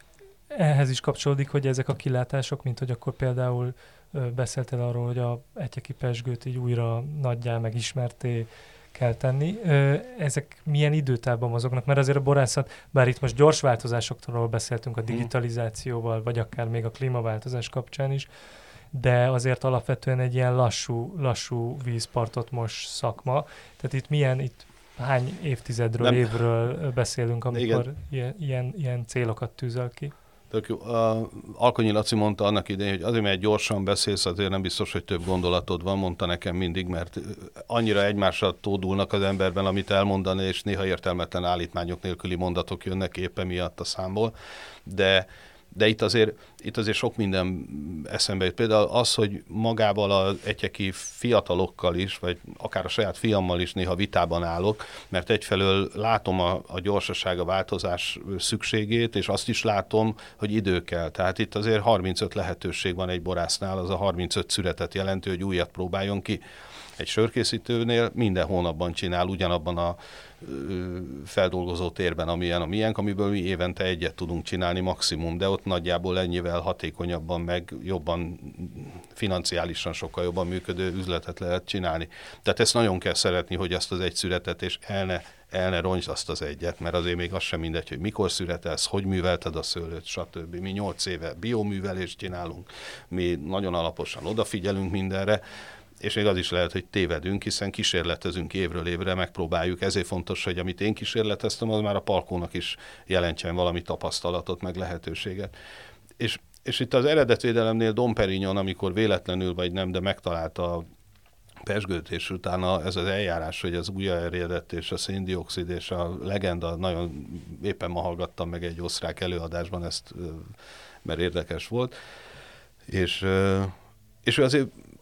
Ehhez is kapcsolódik, hogy ezek a kilátások, mint hogy akkor például beszéltél arról, hogy a etyeki pezsgőt így újra nagyjá meg ismerté kell tenni. Ezek milyen időtávban mozognak? Mert azért a borászat, bár itt most gyors változásoktól beszéltünk a digitalizációval, vagy akár még a klímaváltozás kapcsán is, de azért alapvetően egy ilyen lassú vízpartot most szakma. Tehát itt hány évtizedről, évről beszélünk, amikor ilyen célokat tűzöl ki? Tök jó. Alkonyi Laci mondta annak idején, hogy azért, mert gyorsan beszélsz, azért nem biztos, hogy több gondolatod van, mondta nekem mindig, mert annyira egymással tódulnak az emberben, amit elmondani, és néha értelmetlen állítmányok nélküli mondatok jönnek éppen miatt a számból, de itt azért sok minden eszembe jut. Például az, hogy magával az etyeki fiatalokkal is, vagy akár a saját fiammal is néha vitában állok, mert egyfelől látom a gyorsaság, a változás szükségét, és azt is látom, hogy idő kell. Tehát itt azért 35 lehetőség van egy borásznál, az a 35 szüretet jelenti, hogy újat próbáljon ki. Egy sörkészítőnél minden hónapban csinál ugyanabban a feldolgozó térben, amilyen a miénk, amiből mi évente egyet tudunk csinálni maximum, de ott nagyjából ennyivel hatékonyabban, meg jobban, financiálisan sokkal jobban működő üzletet lehet csinálni. Tehát ezt nagyon kell szeretni, hogy azt az egy szüretet, és el ne roncsd azt az egyet, mert azért még az sem mindegy, hogy mikor szüretelsz, hogy művelted a szőlőt, stb. Mi 8 éve bioművelést csinálunk, mi nagyon alaposan odafigyelünk mindenre, és még az is lehet, hogy tévedünk, hiszen kísérletezünk évről évre, megpróbáljuk. Ezért fontos, hogy amit én kísérleteztem, az már a Palkónak is jelentsen valami tapasztalatot, meg lehetőséget. És itt az eredetvédelemnél Dom Perignon, amikor véletlenül vagy nem, de megtalálta a pezsgőt, és utána ez az eljárás, hogy az újraerjedett és a széndioxid és a legenda, nagyon éppen ma hallgattam meg egy osztrák előadásban ezt, mert érdekes volt, és ő azért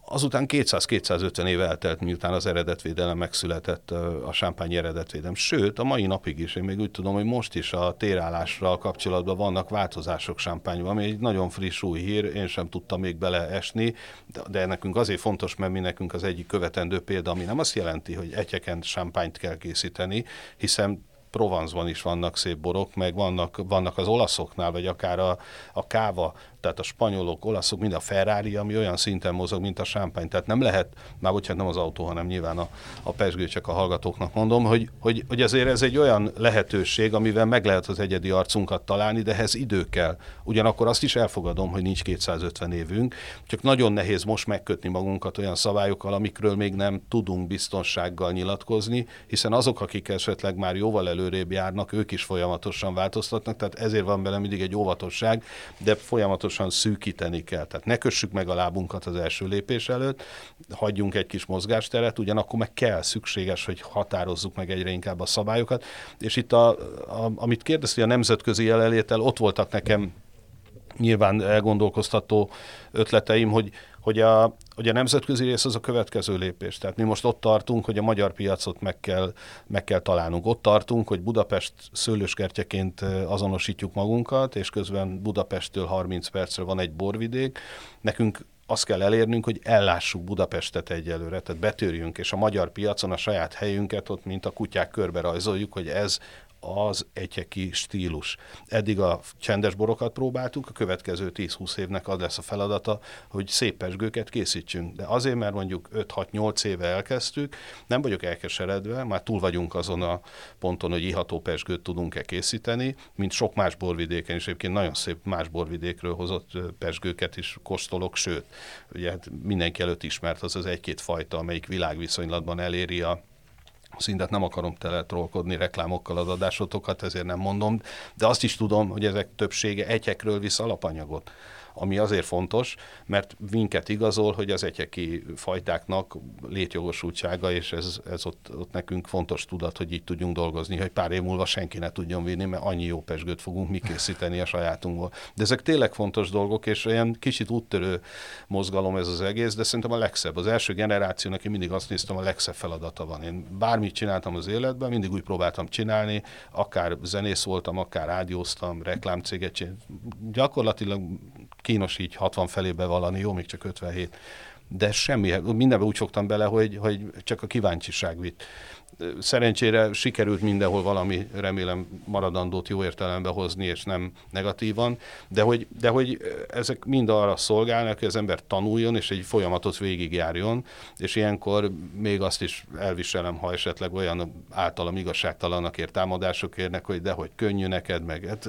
azután 200-250 év eltelt, miután az eredetvédelem megszületett, a sámpányi eredetvédelem. Sőt, a mai napig is, én még úgy tudom, hogy most is a térállásra kapcsolatban vannak változások sámpányban, ami egy nagyon friss új hír, én sem tudtam még beleesni, de nekünk azért fontos, mert mi nekünk az egyik követendő példa, ami nem azt jelenti, hogy egyeken sámpányt kell készíteni, hiszen Provence-ban is vannak szép borok, meg vannak az olaszoknál, vagy akár a káva, tehát a spanyolok, olaszok, mind a Ferrari, ami olyan szinten mozog, mint a sámpány. Tehát nem lehet, már bocsánat, nem az autó, hanem nyilván a pezsgő, csak a hallgatóknak mondom, hogy azért ez egy olyan lehetőség, amivel meg lehet az egyedi arcunkat találni, de ehhez idő kell. Ugyanakkor azt is elfogadom, hogy nincs 250 évünk, csak nagyon nehéz most megkötni magunkat olyan szabályokkal, amikről még nem tudunk biztonsággal nyilatkozni, hiszen azok, akik esetleg már jóval előrébb járnak, ők is folyamatosan változtatnak, tehát ezért van bele mindig egy óvatosság, de folyamatosan szűkíteni kell. Tehát ne kössük meg a lábunkat az első lépés előtt, hagyjunk egy kis mozgásteret, ugyanakkor meg kell, szükséges, hogy határozzuk meg egyre inkább a szabályokat. És itt amit kérdezti a nemzetközi jelenléttel, ott voltak nekem nyilván elgondolkoztató ötleteim, hogy a nemzetközi rész az a következő lépés. Tehát mi most ott tartunk, hogy a magyar piacot meg kell találnunk. Ott tartunk, hogy Budapest szőlőskertjeként azonosítjuk magunkat, és közben Budapesttől 30 percre van egy borvidék. Nekünk azt kell elérnünk, hogy ellássuk Budapestet egyelőre, tehát betörjünk, és a magyar piacon a saját helyünket ott, mint a kutyák körbe rajzoljuk, hogy ez az egyeki stílus. Eddig a csendes borokat próbáltuk, a következő 10-20 évnek az lesz a feladata, hogy szép pezsgőket készítsünk. De azért, mert mondjuk 5-6-8 éve elkezdtük, nem vagyok elkeseredve, már túl vagyunk azon a ponton, hogy iható pezsgőt tudunk-e készíteni, mint sok más borvidéken, és egyébként nagyon szép más borvidékről hozott pezsgőket is kóstolok, sőt, ugye hát mindenki előtt ismert az egy-két fajta, amelyik világviszonylatban eléri a szintet, nem akarom teletrolkodni reklámokkal az adásotokat, ezért nem mondom, de azt is tudom, hogy ezek többsége egyekről visz alapanyagot, ami azért fontos, mert minket igazol, hogy az egyeki fajtáknak létjogosultsága, és ez ott nekünk fontos tudat, hogy így tudjunk dolgozni, hogy pár év múlva senki ne tudjon vinni, mert annyi jó pezsgőt fogunk mi készíteni a sajátunkból. De ezek tényleg fontos dolgok, és olyan kicsit úttörő mozgalom ez az egész, de szerintem a legszebb. Az első generációnak én mindig azt néztem, a legszebb feladata van. Én bármit csináltam az életben, mindig úgy próbáltam csinálni, akár zenész voltam, akár rádióztam, reklámcéget csináltam. Gyakorlatilag kínos így 60 felé bevallani, jó, még csak 57. De semmi, mindenben úgy fogtam bele, hogy csak a kíváncsiság vitt. Szerencsére sikerült mindenhol valami, remélem, maradandót jó értelembe hozni, és nem negatívan, de hogy ezek mind arra szolgálnak, hogy az ember tanuljon, és egy folyamatot végigjárjon, és ilyenkor még azt is elviselem, ha esetleg olyan általam igazságtalannak ér támadások érnek, hogy dehogy könnyű neked, meg hát,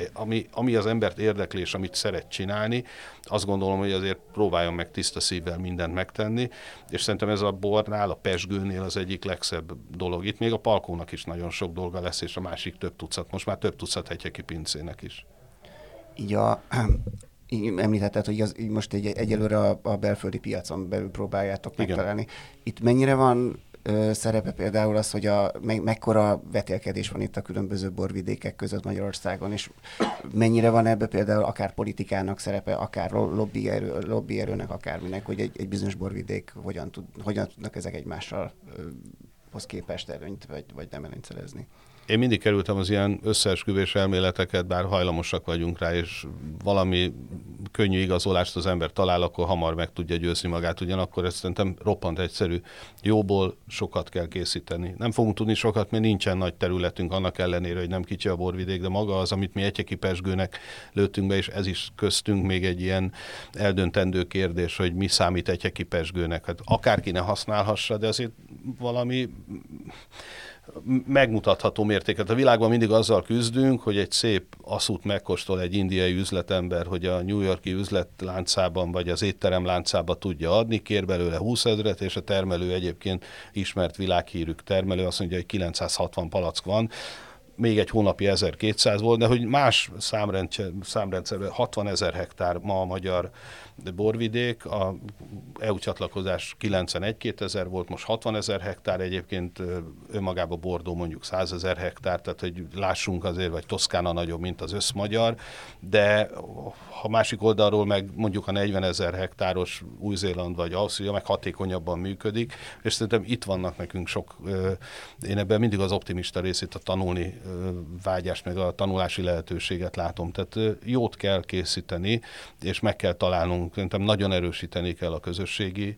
ami az embert érdekli, és amit szeret csinálni, azt gondolom, hogy azért próbáljon meg tiszta szívvel mindent megtenni, és szerintem ez a bornál, a pezsgőnél az egyik legszebb dolog. Itt még a Palkónak is nagyon sok dolga lesz, és a másik több tucat, most már több tucat hegyeki pincének is. Így említetted, hogy most egyelőre a belföldi piacon belül próbáljátok megtalálni. Itt mennyire van szerepe például az, hogy mekkora vetélkedés van itt a különböző borvidékek között Magyarországon, és mennyire van ebbe például akár politikának szerepe, akár lobbyerőnek, akárminek, hogy egy bizonyos borvidék hogyan tudnak ezek egymással hoz képest előnyt, vagy nem előnyt szerezni. Én mindig kerültem az ilyen összeesküvés elméleteket, bár hajlamosak vagyunk rá, és valami könnyű igazolást az ember talál, akkor hamar meg tudja győzni magát. Ugyanakkor ez szerintem roppant egyszerű. Jóból sokat kell készíteni. Nem fogunk tudni sokat, mert nincsen nagy területünk, annak ellenére, hogy nem kicsi a borvidék, de maga az, amit mi egyeki pezsgőnek lőttünk be, és ez is köztünk még egy ilyen eldöntendő kérdés, hogy mi számít egyeki pezsgőnek. Hát akárki ne használhassa, de azért valami megmutatható mértéket. A világban mindig azzal küzdünk, hogy egy szép aszút megkóstol egy indiai üzletember, hogy a New York-i üzletláncában vagy az étterem láncában tudja adni, kér belőle 20 000, és a termelő egyébként ismert világhírű termelő, azt mondja, hogy 960 palack van. még egy hónapi 1200 volt, de hogy más számrendszerben 60 000 hektár ma a magyar borvidék, a EU csatlakozás 91-2000 volt, most 60 000 hektár, egyébként önmagában Bordeaux mondjuk 100 000 hektár, tehát hogy lássunk azért, vagy Toszkána nagyobb, mint az összmagyar, de ha másik oldalról meg mondjuk a 40 000 hektáros Új-Zéland vagy Ausztria meg hatékonyabban működik, és szerintem itt vannak nekünk sok, én ebben mindig az optimista részét, a tanulni vágyást, meg a tanulási lehetőséget látom. Tehát jót kell készíteni, és meg kell találnunk, szerintem nagyon erősíteni kell a közösségi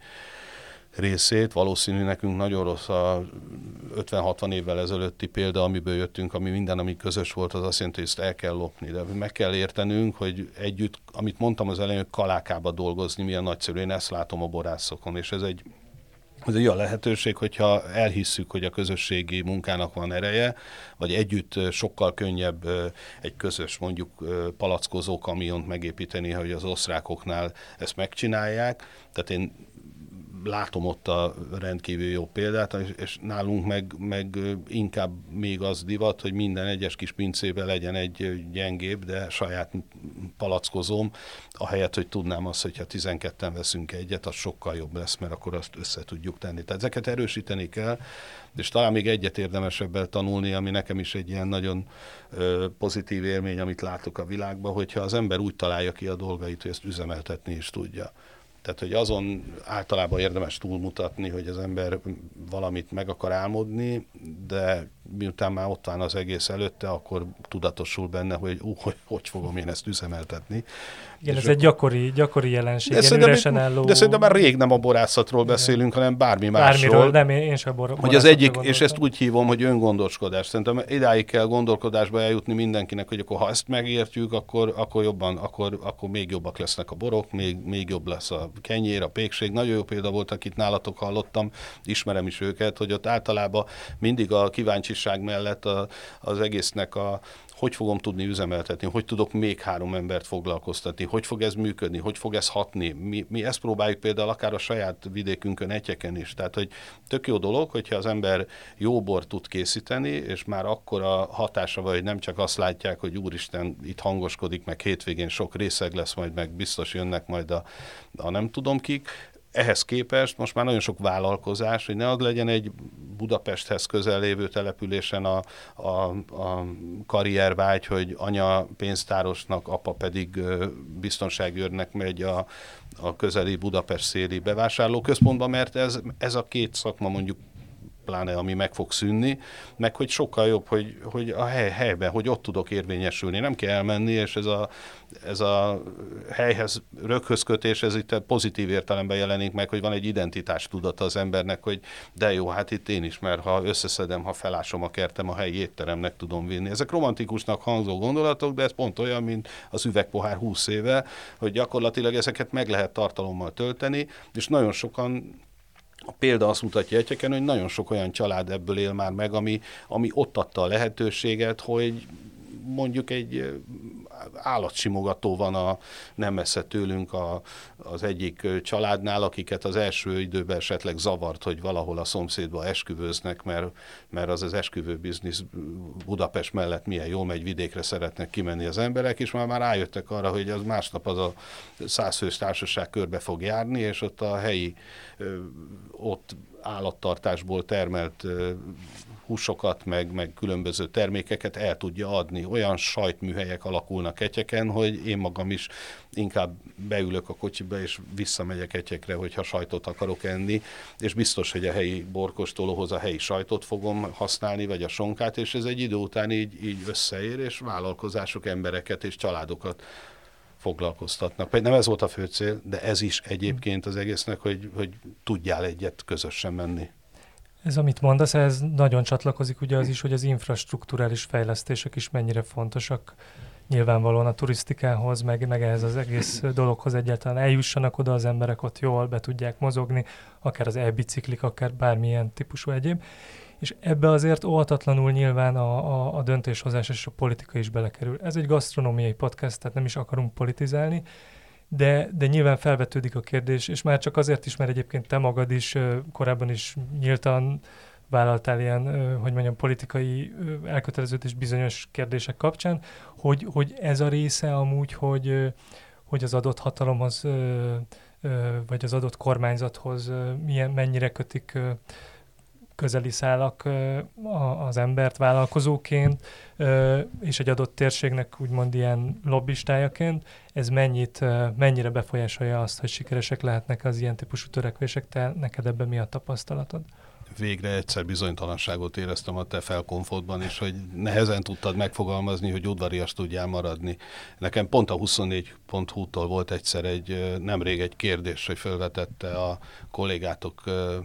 részét. Valószínű nekünk nagyon rossz a 50-60 évvel ezelőtti példa, amiből jöttünk, ami minden, ami közös volt, az azt jelenti, hogy ezt el kell lopni. De meg kell értenünk, hogy együtt, amit mondtam az elején, hogy kalákába dolgozni, milyen nagyszerű. Én ezt látom a borászokon, és ez egy olyan lehetőség, hogyha elhisszük, hogy a közösségi munkának van ereje, vagy együtt sokkal könnyebb egy közös, mondjuk palackozó kamiont megépíteni, hogy az osztrákoknál ezt megcsinálják. Tehát én látom ott a rendkívül jó példát, és nálunk meg inkább még az divat, hogy minden egyes kis pincében legyen egy gyengébb, de saját palackozóm, ahelyett, hogy tudnám azt, hogyha 12-en veszünk egyet, az sokkal jobb lesz, mert akkor azt össze tudjuk tenni. Tehát ezeket erősíteni kell, és talán még egyet érdemes ebből tanulni, ami nekem is egy ilyen nagyon pozitív élmény, amit látok a világban, hogyha az ember úgy találja ki a dolgait, hogy ezt üzemeltetni is tudja. Tehát, hogy azon általában érdemes túlmutatni, hogy az ember valamit meg akar álmodni, de miután már ott van az egész előtte, akkor tudatosul benne, hogy fogom én ezt üzemeltetni. Igen, ez egy gyakori jelenség, ilyen üresen álló... De szerintem már rég nem a borászatról beszélünk, hanem bármi másról. Bármiről, nem, én sem hogy az egyik, és ezt úgy hívom, hogy öngondoskodás. Szerintem idáig kell gondolkodásba eljutni mindenkinek, hogy akkor ha ezt megértjük, akkor még jobbak lesznek a borok, még jobb lesz a kenyér, a pékség. Nagyon jó példa volt, akit nálatok hallottam, ismerem is őket, hogy ott általában mindig a kíváncsiság mellett az egésznek hogy fogom tudni üzemeltetni, hogy tudok még 3 embert foglalkoztatni, hogy fog ez működni, hogy fog ez hatni. Mi ezt próbáljuk például akár a saját vidékünkön, Etyeken is. Tehát, hogy tök jó dolog, hogyha az ember jó bort tud készíteni, és már akkor a hatása vagy, hogy nem csak azt látják, hogy úristen, itt hangoskodik, meg hétvégén sok részeg lesz majd, meg biztos jönnek majd a nem tudom kik. Ehhez képest most már nagyon sok vállalkozás, hogy ne az legyen egy Budapesthez közel lévő településen a karriervágy, hogy anya pénztárosnak, apa pedig biztonságőrnek megy a közeli Budapest széli bevásárlóközpontba, mert ez a két szakma mondjuk pláne, ami meg fog szűnni, meg hogy sokkal jobb, hogy a helyben, hogy ott tudok érvényesülni. Nem kell elmenni, és ez a helyhez, röghöz kötés, ez itt pozitív értelemben jelenik meg, hogy van egy identitás tudata az embernek, hogy de jó, hát itt én is, mert ha összeszedem, ha felásom a kertem, a helyi étteremnek tudom vinni. Ezek romantikusnak hangzó gondolatok, de ez pont olyan, mint az üvegpohár 20 éve, hogy gyakorlatilag ezeket meg lehet tartalommal tölteni, és nagyon sokan a példa azt mutatja Etyeken, hogy nagyon sok olyan család ebből él már meg, ami ott adta a lehetőséget, hogy mondjuk egy állatsimogató van nem messze tőlünk az egyik családnál, akiket az első időben esetleg zavart, hogy valahol a szomszédba esküvőznek, mert az esküvő biznisz Budapest mellett milyen jól megy, vidékre szeretnek kimenni az emberek, és már rájöttek arra, hogy az másnap az a 100 fős társaság körbe fog járni, és ott a helyi ott állattartásból termelt húsokat, meg különböző termékeket el tudja adni. Olyan sajtműhelyek alakulnak Etyeken, hogy én magam is inkább beülök a kocsiba, és visszamegyek Etyekre, hogyha sajtot akarok enni, és biztos, hogy a helyi borkóstolóhoz a helyi sajtot fogom használni, vagy a sonkát, és ez egy idő után így összeér, és vállalkozások, embereket és családokat foglalkoztatnak. Nem ez volt a fő cél, de ez is egyébként az egésznek, hogy tudjál egyet közösen menni. Ez, amit mondasz, ez nagyon csatlakozik ugye az is, hogy az infrastrukturális fejlesztések is mennyire fontosak nyilvánvalóan a turisztikához, meg ehhez az egész dologhoz egyáltalán eljussanak oda az emberek, ott jól be tudják mozogni, akár az e-biciklik, akár bármilyen típusú egyéb. És ebbe azért óhatatlanul nyilván a döntéshozás és a politika is belekerül. Ez egy gasztronómiai podcast, tehát nem is akarunk politizálni, de nyilván felvetődik a kérdés, és már csak azért is, mert egyébként te magad is korábban is nyíltan vállaltál ilyen, hogy mondjam, politikai elköteleződés bizonyos kérdések kapcsán, hogy ez a része amúgy, hogy az adott hatalomhoz, vagy az adott kormányzathoz mennyire kötik közeli szálak az embert vállalkozóként, és egy adott térségnek úgymond ilyen lobbistájaként, ez mennyire befolyásolja azt, hogy sikeresek lehetnek az ilyen típusú törekvések, te neked ebben mi a tapasztalatod? Végre egyszer bizonytalanságot éreztem a te felkonfodban is, hogy nehezen tudtad megfogalmazni, hogy udvarias tudjál maradni. Nekem pont a 24.hu-tól volt egyszer nemrég egy kérdés, hogy felvetette a kollégátok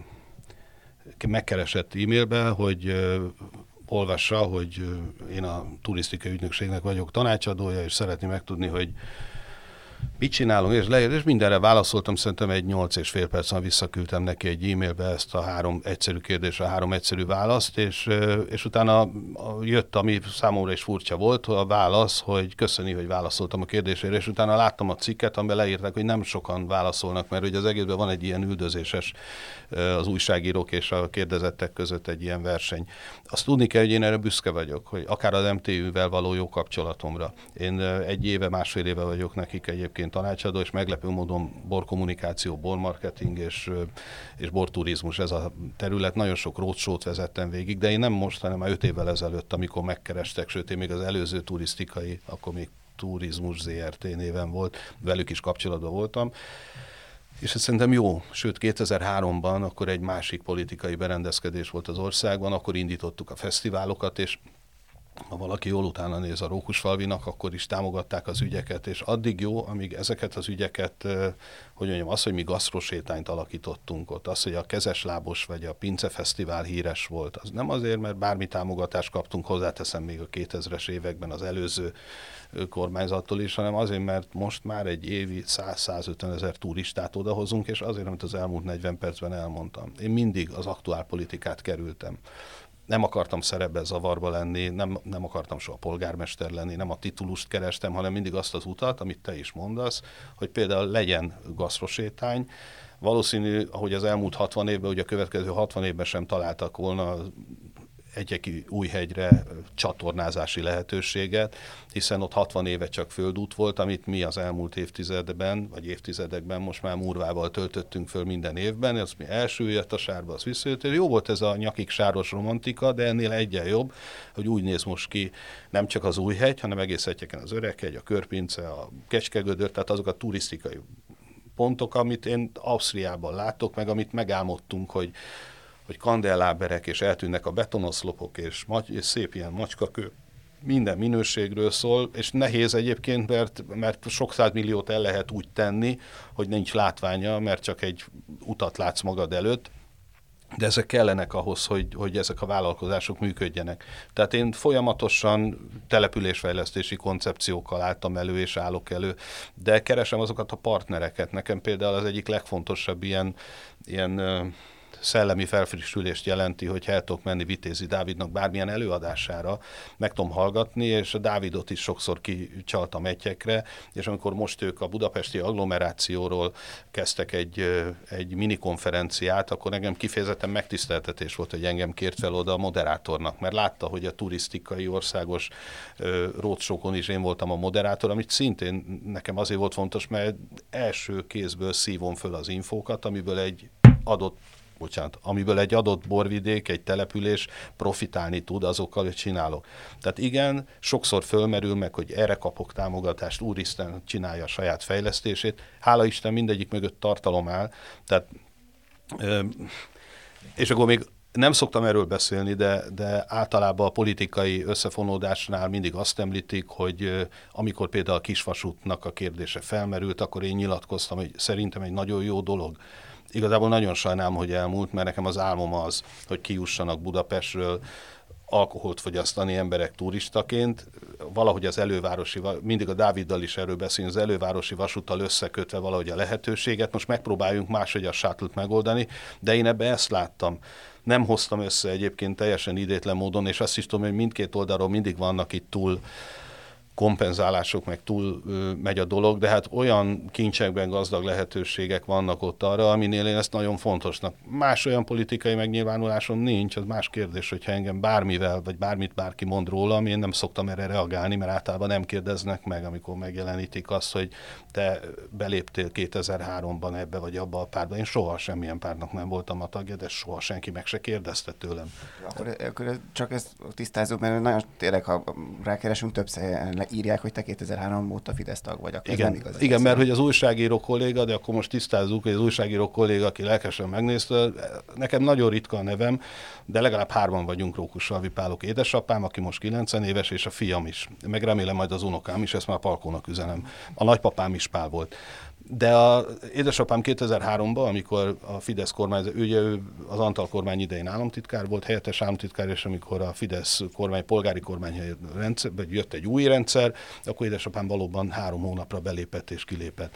megkeresett e-mailbe, hogy olvassa, hogy én a turisztikai ügynökségnek vagyok tanácsadója, és szeretném megtudni, hogy mit csinálunk, és leírt, és mindenre válaszoltam, szerintem egy 8,5 percen visszaküldtem neki egy e-mailbe ezt a 3 egyszerű kérdésre, a 3 egyszerű választ, és utána jött, ami számomra is furcsa volt, a válasz, hogy köszöni, hogy válaszoltam a kérdésére, és utána láttam a cikket, amiben leírták, hogy nem sokan válaszolnak, mert ugye az egészben van egy ilyen üldözéses az újságírók és a kérdezettek között egy ilyen verseny. Azt tudni kell, hogy én erre büszke vagyok, hogy akár az MTÜ-vel való jó kapcsolatomra. Én 1 éve, másfél éve vagyok nekik egyébként tanácsadó, és meglepő módon borkommunikáció, bormarketing és borturizmus, ez a terület. Nagyon sok roadshow-t vezettem végig, de én nem most, hanem már 5 évvel ezelőtt, amikor megkerestek, sőt én még az előző turisztikai, akkor még Turizmus ZRT néven volt, velük is kapcsolatban voltam. És ez szerintem jó, sőt 2003-ban akkor egy másik politikai berendezkedés volt az országban, akkor indítottuk a fesztiválokat, és ha valaki jól utána néz a Rókusfalvinak, akkor is támogatták az ügyeket, és addig jó, amíg ezeket az ügyeket, hogy mondjam, az, hogy mi gasztrosétányt alakítottunk ott, az, hogy a Kezeslábos vagy a Pince Fesztivál híres volt, az nem azért, mert bármi támogatást kaptunk, hozzáteszem még a 2000-es években az előző kormányzattól is, hanem azért, mert most már egy évi 100-150 ezer turistát odahozunk, és azért, amit az elmúlt 40 percben elmondtam. Én mindig az aktuálpolitikát kerültem. Nem akartam szerepben zavarba lenni, nem akartam soha polgármester lenni, nem a titulust kerestem, hanem mindig azt az utat, amit te is mondasz, hogy például legyen gasztrosétány. Valószínű, hogy az elmúlt 60 évben, ugye a következő 60 évben sem találtak volna Egyeki Újhegyre csatornázási lehetőséget, hiszen ott 60 éve csak földút volt, amit mi az elmúlt évtizedekben most már Murvával töltöttünk föl minden évben, ez mi első jött a sárba, az visszajött. Jó volt ez a nyakig sáros romantika, de ennél egyen jobb, hogy úgy néz most ki nem csak az Újhegy, hanem egész hegyeken az Öreghegy, a Körpince, a Kecskegödör, tehát azok a turisztikai pontok, amit én Ausztriában látok, meg amit megálmodtunk, hogy kandelláberek, és eltűnnek a betonoszlopok, és szép ilyen macskakő, minden minőségről szól, és nehéz egyébként, mert sok százmilliót el lehet úgy tenni, hogy nincs látványa, mert csak egy utat látsz magad előtt, de ezek kellenek ahhoz, hogy ezek a vállalkozások működjenek. Tehát én folyamatosan településfejlesztési koncepciókkal álltam elő, és állok elő, de keresem azokat a partnereket. Nekem például az egyik legfontosabb ilyen szellemi felfrissülést jelenti, hogy el tudok menni Vitézi Dávidnak bármilyen előadására, meg tudom hallgatni, és a Dávidot is sokszor kicsaltam egyekre, és amikor most ők a budapesti agglomerációról kezdtek egy minikonferenciát, akkor engem kifejezetten megtiszteltetés volt, hogy engem kért fel oda a moderátornak, mert látta, hogy a turisztikai országos roadshow-kon is én voltam a moderátor, amit szintén nekem azért volt fontos, mert első kézből szívom föl az infókat, amiből egy adott borvidék, egy település profitálni tud azokkal, hogy csinálok. Tehát igen, sokszor fölmerül meg, hogy erre kapok támogatást, úristen, csinálja a saját fejlesztését. Hála Isten, mindegyik mögött tartalom áll. Tehát, és akkor még nem szoktam erről beszélni, de általában a politikai összefonódásnál mindig azt említik, hogy amikor például a kisvasútnak a kérdése felmerült, akkor én nyilatkoztam, hogy szerintem egy nagyon jó dolog. Igazából nagyon sajnálom, hogy elmúlt, mert nekem az álmom az, hogy kijussanak Budapestről alkoholt fogyasztani emberek turistaként, valahogy az elővárosi, mindig a Dáviddal is erről beszélünk, az elővárosi vasúttal összekötve valahogy a lehetőséget, most megpróbáljunk máshogy a shuttle-t megoldani, de én ebbe ezt láttam. Nem hoztam össze egyébként teljesen idétlen módon, és azt is tudom, hogy mindkét oldalról mindig vannak itt kompenzálások, meg túl megy a dolog, de hát olyan kincsekben gazdag lehetőségek vannak ott arra, aminél én ezt nagyon fontosnak. Más olyan politikai megnyilvánulásom nincs, az más kérdés, hogyha engem bármivel, vagy bármit bárki mond rólam, én nem szoktam erre reagálni, mert általában nem kérdeznek meg, amikor megjelenítik azt, hogy te beléptél 2003-ban ebbe vagy abba a pártba. Én soha semmilyen pártnak nem voltam a tagja, de soha senki meg se kérdezte tőlem. Akkor csak ezt tisztázunk, mert nagyon tényleg, ha rákeresünk, többször írják, hogy te 2003 óta Fidesz tag vagy. Akkor igen, nem igaz. Igen, mert hogy az újságíró kolléga, de akkor most tisztázzuk, hogy az újságíró kolléga, aki lelkesen megnézte, nekem nagyon ritka a nevem, de legalább 3 vagyunk, Rókus-Salvi Pálok édesapám, aki most 90 éves, és a fiam is. Meg remélem majd az unokám is, ezt már Palkónak üzenem. A nagypapám is Pál volt. De az édesapám 2003-ban, amikor a Fidesz kormány, ő az Antal kormány idején államtitkár volt, helyettes államtitkár, és amikor a Fidesz kormány, polgári kormány rendszer, vagy jött egy új rendszer, akkor édesapám valóban 3 hónapra belépett és kilépett.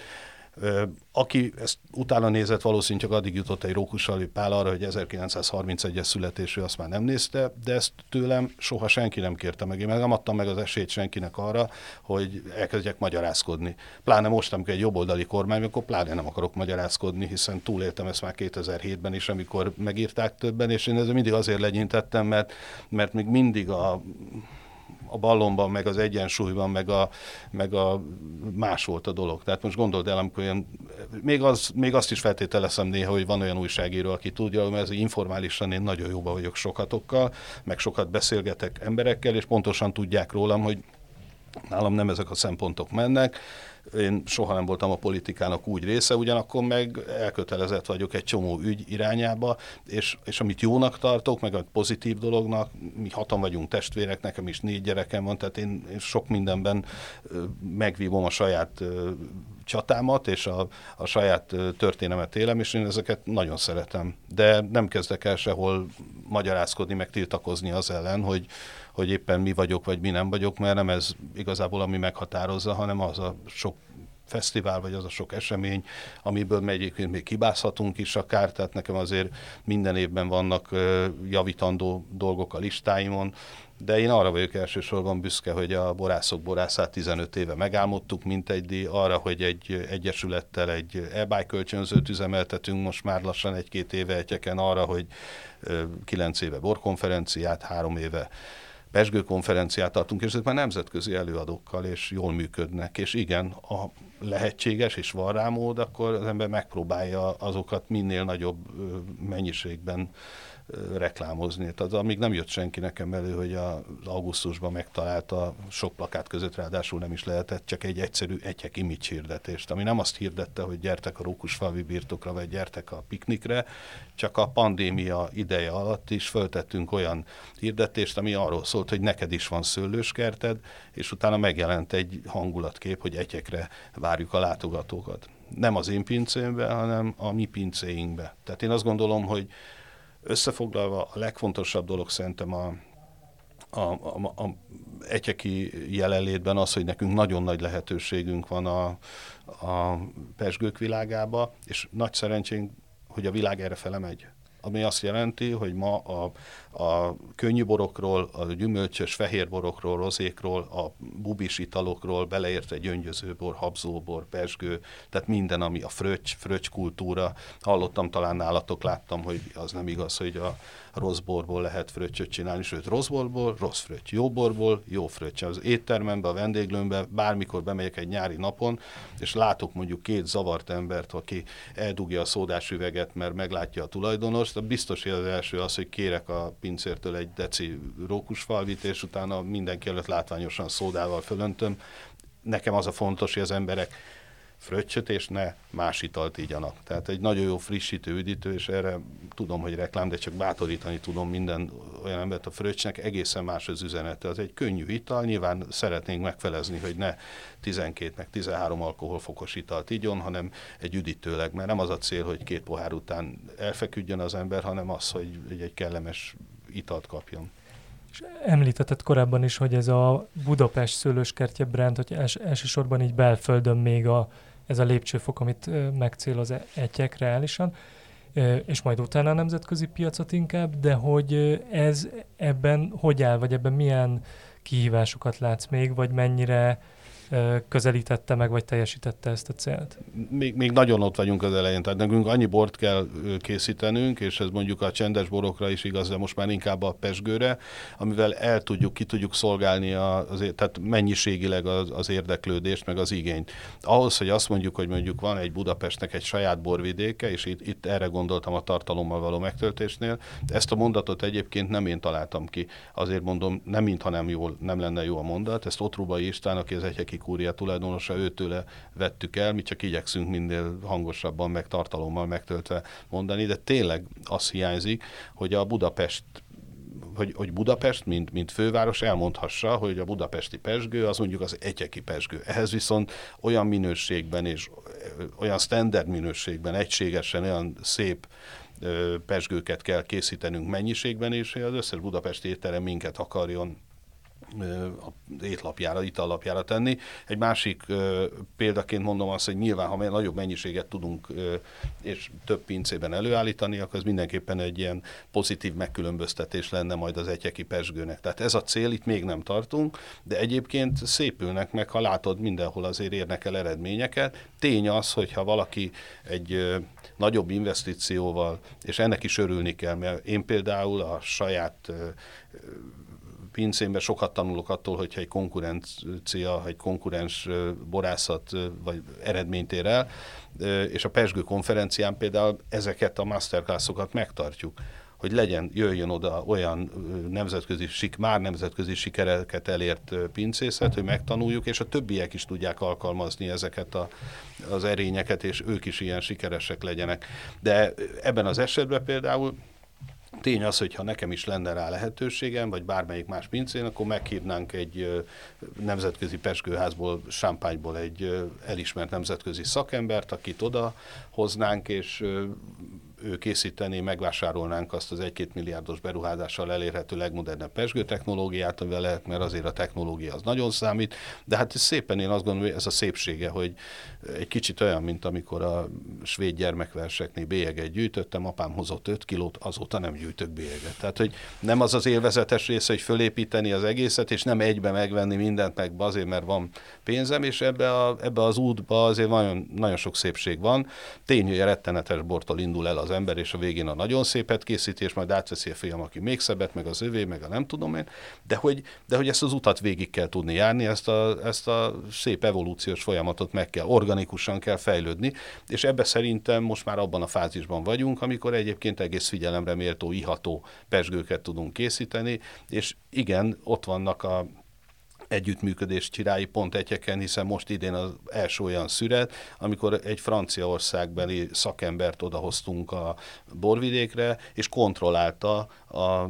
Aki ezt utána nézett, valószínűleg csak addig jutott egy Rókus-Salvi Pál arra, hogy 1931-es születésű, azt már nem nézte, de ezt tőlem soha senki nem kérte meg. Én meg nem adtam meg az esélyt senkinek arra, hogy elkezdjek magyarázkodni. Pláne most, amikor egy jobboldali kormány, akkor pláne nem akarok magyarázkodni, hiszen túléltem ezt már 2007-ben is, amikor megírták többen, és én ezzel mindig azért legyintettem, mert még mindig a ballonban, meg az egyensúlyban, meg a más volt a dolog. Tehát most gondold el, amikor olyan, még azt is feltételezem néha, hogy van olyan újságíró, aki tudja, mert ez informálisan én nagyon jóban vagyok sokatokkal, meg sokat beszélgetek emberekkel, és pontosan tudják rólam, hogy nálam nem ezek a szempontok mennek. Én soha nem voltam a politikának úgy része, ugyanakkor meg elkötelezett vagyok egy csomó ügy irányába, és amit jónak tartok, meg a pozitív dolognak, mi 6 vagyunk testvérek, nekem is 4 gyerekem van, tehát én sok mindenben megvívom a saját csatámat, és a saját történemet élem, és én ezeket nagyon szeretem. De nem kezdek el sehol magyarázkodni, meg tiltakozni az ellen, hogy éppen mi vagyok, vagy mi nem vagyok, mert nem ez igazából, ami meghatározza, hanem az a sok fesztivál, vagy az a sok esemény, amiből egyébként még hibázhatunk is akár, tehát nekem azért minden évben vannak javítandó dolgok a listáimon, de én arra vagyok elsősorban büszke, hogy a Borászok Borászát 15 éve megálmodtuk, mint egy díj, arra, hogy egy egyesülettel egy e-bike kölcsönzőt üzemeltetünk most már lassan 1-2 éve egyeken, arra, hogy 9 éve borkonferenciát, 3 éve Pezsgő konferenciát tartunk, és ezek már nemzetközi előadókkal, és jól működnek. És igen, ha lehetséges, és van rá mód, akkor az ember megpróbálja azokat minél nagyobb mennyiségben reklámozni. Tehát amíg nem jött senki nekem elő, hogy az augusztusban megtalálta sok plakát között, ráadásul nem is lehetett, csak egy egyszerű egyek image hirdetést, ami nem azt hirdette, hogy gyertek a Rókusfalvi birtokra, vagy gyertek a piknikre, csak a pandémia ideje alatt is föltettünk olyan hirdetést, ami arról szólt, hogy neked is van szőlőskerted, és utána megjelent egy hangulatkép, hogy egyekre várjuk a látogatókat. Nem az én pincémbe, hanem a mi pincéinkbe. Tehát én azt gondolom, hogy összefoglalva a legfontosabb dolog szerintem a egyeki jelenlétben az, hogy nekünk nagyon nagy lehetőségünk van a pezsgők világába, és nagy szerencsénk, hogy a világ erre fele megy. Ami azt jelenti, hogy ma a könnyű borokról, a gyümölcsös fehérborokról, rozékról, a bubis italokról, beleértve gyöngyözőbor, habzóbor, pezsgő, tehát minden, ami a fröccs kultúra. Hallottam talán nálatok, láttam, hogy az nem igaz, hogy a rossz borból lehet fröccsöt csinálni, sőt rossz borból, rossz fröccs, jó borból, jó fröccs. Az éttermembe, a vendéglőmbe bármikor bemegyek egy nyári napon, és látok mondjuk 2 zavart embert, aki eldugja a szódás üveget, mert meglátja a tulajdonost, biztos, hogy az első az, hogy kérek a pincértől egy deci rókusfalvit, és utána mindenki előtt látványosan szódával fölöntöm. Nekem az a fontos, hogy az emberek fröccsöt és ne más italt igyanak. Tehát egy nagyon jó frissítő, üdítő, és erre tudom, hogy reklám, de csak bátorítani tudom minden olyan embert, a fröccsnek egészen más az üzenete. Az egy könnyű ital, nyilván szeretnénk megfelezni, hogy ne 12 meg 13 alkoholfokos italt igyon, hanem egy üdítőleg, mert nem az a cél, hogy 2 pohár után elfeküdjön az ember, hanem az, hogy egy kellemes italt kapjon. És említetted korábban is, hogy ez a Budapest szőlőskertje brand, hogy elsősorban így belföldön még ez a lépcsőfok, amit megcéloz egyek reálisan. és majd utána a nemzetközi piacot inkább, de hogy ez ebben hogy áll, vagy ebben milyen kihívásokat látsz még, vagy mennyire közelítette meg, vagy teljesítette ezt a célt? Még nagyon ott vagyunk az elején, tehát nekünk annyi bort kell készítenünk, és ez mondjuk a csendes borokra is igaz, de most már inkább a pezsgőre, amivel ki tudjuk szolgálni tehát mennyiségileg az érdeklődést, meg az igényt. Ahhoz, hogy azt mondjuk, hogy mondjuk van egy Budapestnek egy saját borvidéke, és itt erre gondoltam a tartalommal való megtöltésnél, ezt a mondatot egyébként nem én találtam ki. Azért mondom, nem mintha nem lenne jó a mondat, ezt Ottrubai István, aki az Egyheki Kúria tulajdonosa, őtőle vettük el, mi csak igyekszünk minél hangosabban, meg tartalommal megtöltve mondani, de tényleg az hiányzik, hogy a Budapest, hogy Budapest, mint főváros elmondhassa, hogy a budapesti pezsgő az mondjuk az egyeki pezsgő. Ehhez viszont olyan minőségben és olyan standard minőségben, egységesen, olyan szép pezsgőket kell készítenünk mennyiségben, és az összes budapesti étterem minket akarjon étlapjára, itallapjára tenni. Egy másik példaként mondom azt, hogy nyilván, ha nagyobb mennyiséget tudunk és több pincében előállítani, akkor ez mindenképpen egy ilyen pozitív megkülönböztetés lenne majd az egyeki pezsgőnek. Tehát ez a cél, itt még nem tartunk, de egyébként szépülnek meg, ha látod, mindenhol azért érnek el eredményeket. Tény az, hogyha valaki egy nagyobb investícióval, és ennek is örülni kell, mert én például a saját pincémben sokat tanulok attól, hogyha egy konkurencia, egy konkurens borászat vagy eredményt ér el, és a Pezsgő konferencián például ezeket a masterclassokat megtartjuk, hogy jöjjön oda olyan már nemzetközi sikereket elért pincészet, hogy megtanuljuk, és a többiek is tudják alkalmazni ezeket az erényeket, és ők is ilyen sikeresek legyenek. De ebben az esetben például tény az, hogy ha nekem is lenne rá lehetőségem, vagy bármelyik más pincén, akkor meghívnánk egy nemzetközi pezsgőházból, Champagne-ból egy elismert nemzetközi szakembert, akit oda hoznánk, és ő készíteni, megvásárolnánk azt az 1-2 milliárdos beruházással elérhető legmodernebb pezsgő technológiát, amivel lehet, mert azért a technológia az nagyon számít, de hát ez szépen én azt gondolom, hogy ez a szépsége, hogy egy kicsit olyan, mint amikor a svéd gyermekverseknél bélyeget gyűjtöttem, apám hozott 5 kilót, azóta nem gyűjtök bélyeget. Tehát, hogy nem az élvezetes része, hogy fölépíteni az egészet, és nem egybe megvenni mindent meg azért, mert van pénzem, és ebbe az útba azért nagyon, nagyon sok szépség van. Tény, hogy a rettenetes bortól indul el az ember, és a végén a nagyon szépet készíti, és majd átveszi a fiam, aki még szebbet, meg az övé, meg a nem tudom én, de hogy ezt az utat végig kell tudni járni, ezt a szép evolúciós folyamatot meg kell, organikusan kell fejlődni, és ebbe szerintem most már abban a fázisban vagyunk, amikor egyébként egész figyelemre méltó, iható pezsgőket tudunk készíteni, és igen, ott vannak a együttműködés Csirályi pont egyeken, hiszen most idén az első olyan szüret, amikor egy franciaországbeli szakembert odahoztunk a borvidékre, és kontrollálta a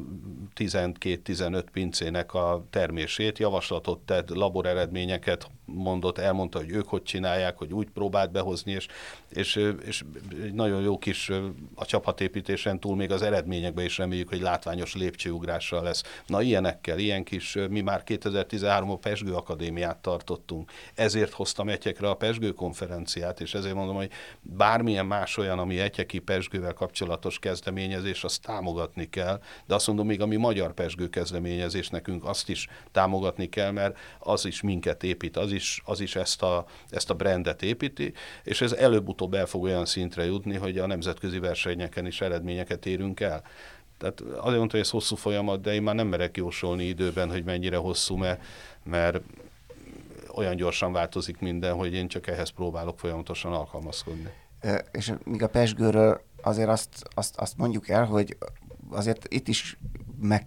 12-15 pincének a termését, javaslatot tett, laboreredményeket mondott, elmondta, hogy ők hogy csinálják, hogy úgy próbált behozni, és nagyon jó kis a csapatépítésen túl még az eredményekben is reméljük, hogy látványos lépcsőugrásra lesz. Na ilyenekkel, ilyen kis, mi már 2013-ban Pezsgő Akadémiát tartottunk. Ezért hoztam Egyekre a Pezsgő konferenciát, és ezért mondom, hogy bármilyen más olyan, ami egyeki pezsgővel kapcsolatos kezdeményezés, azt támogatni kell, de azt mondom, még a mi magyar pezsgő kezdeményezés nekünk azt is támogatni kell, mert az is minket épít, az is ezt a brandet építi, és ez előbb-utóbb el fog olyan szintre jutni, hogy a nemzetközi versenyeken is eredményeket érünk el. Tehát azért mondta, hogy ez hosszú folyamat, de én már nem merek jósolni időben, hogy mennyire hosszú, mert olyan gyorsan változik minden, hogy én csak ehhez próbálok folyamatosan alkalmazkodni. És míg a pezsgőről azért azt mondjuk el, hogy azért itt is meg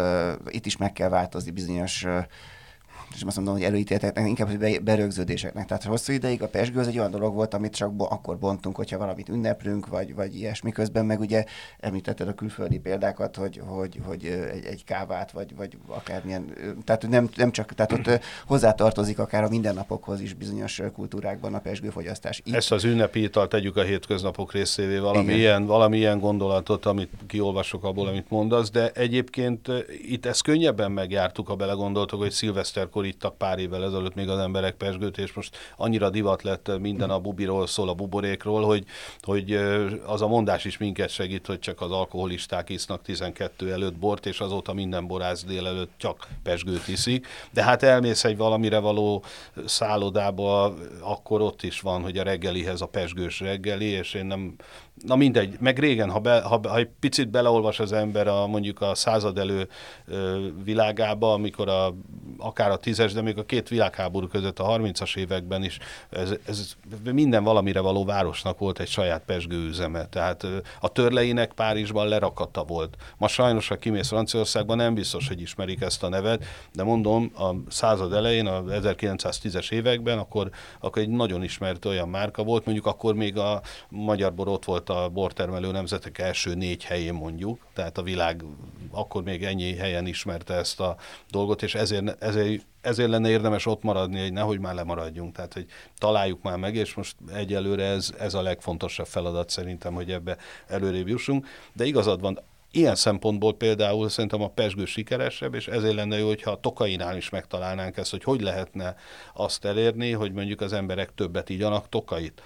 kell változni bizonyos, és azt mondom, hogy előítéleteknek, inkább hogy berögződéseknek. Tehát hosszú ideig a pezsgő az egy olyan dolog volt, amit csak akkor bontunk, hogyha valamit ünneplünk, vagy ilyesmi. Közben meg ugye említetted a külföldi példákat, hogy egy kávát, vagy akármilyen, tehát nem csak, tehát ott hozzátartozik akár a mindennapokhoz is bizonyos kultúrákban a pezsgőfogyasztás. Ezt az ünnepi italt tegyük a hétköznapok részévé, valami ilyen gondolatot, amit kiolvasok abból, amit mondasz, de egyébként itt ezt könnyebben megjártuk, ha belegondoltok, hogy szilveszterkor 2000-kor ittak pár évvel ezelőtt még az emberek pezsgőt, és most annyira divat lett, minden a bubiról szól, a buborékról, hogy az a mondás is minket segít, hogy csak az alkoholisták isznak 12 előtt bort, és azóta minden borász délelőtt csak pezsgőt iszik. De hát elmész egy valamire való szállodába, akkor ott is van, hogy a reggelihez a pezsgős reggeli, és én nem... Na mindegy, meg régen, ha egy picit beleolvas az ember mondjuk a század elő világába, amikor akár a 10-es, de még a két világháború között a 30-as években is ez minden valamire való városnak volt egy saját pezsgőüzeme. Tehát a Törleinek Párizsban lerakata volt. Ma sajnos, ha kimész Franciaországban, nem biztos, hogy ismerik ezt a nevet, de mondom, a század elején, a 1910-es években, akkor egy nagyon ismert olyan márka volt, mondjuk akkor még a magyar bor ott volt a bortermelő nemzetek első 4 helyén mondjuk, tehát a világ akkor még ennyi helyen ismerte ezt a dolgot, és ezért lenne érdemes ott maradni, hogy nehogy már lemaradjunk, tehát hogy találjuk már meg, és most egyelőre ez a legfontosabb feladat szerintem, hogy ebbe előrébb jussunk, de igazad van, ilyen szempontból például szerintem a pezsgő sikeresebb, és ezért lenne jó, hogyha a Tokainál is megtalálnánk ezt, hogy lehetne azt elérni, hogy mondjuk az emberek többet igyanak Tokait.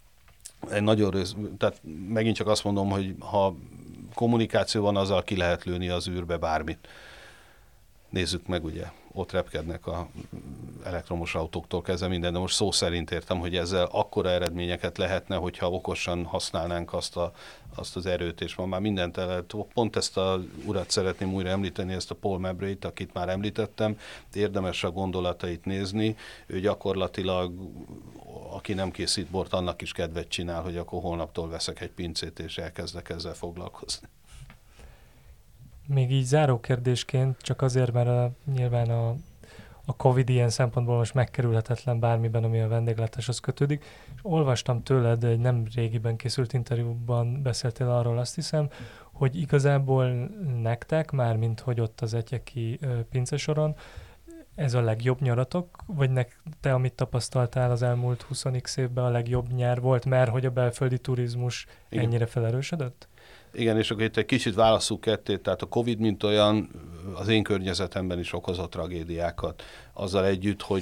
Tehát megint csak azt mondom, hogy ha kommunikáció van, azzal ki lehet lőni az űrbe bármit. Nézzük meg, ugye, ott repkednek a elektromos autóktól kezdve minden, de most szó szerint értem, hogy ezzel akkora eredményeket lehetne, hogyha okosan használnánk azt az erőt, és van már mindent lehet. Pont ezt a urat szeretném újra említeni, ezt a Paul Mabray-t, akit már említettem, érdemes a gondolatait nézni, ő gyakorlatilag, aki nem készít bort, annak is kedvet csinál, hogy akkor holnaptól veszek egy pincét, és elkezdek ezzel foglalkozni. Még így záró kérdésként, csak azért, mert nyilván a Covid ilyen szempontból most megkerülhetetlen bármiben, ami a vendéglátáshoz kötődik, és olvastam tőled, egy nem régiben készült interjúban beszéltél arról, azt hiszem, hogy igazából nektek, mármint hogy ott az etyeki pincesoron, ez a legjobb nyaratok, vagy te, amit tapasztaltál az elmúlt 20x évben, a legjobb nyár volt, mert hogy a belföldi turizmus ennyire felerősödött? Igen, és akkor itt egy kicsit válasszuk ketté, tehát a Covid, mint olyan, az én környezetemben is okozott tragédiákat. Azzal együtt, hogy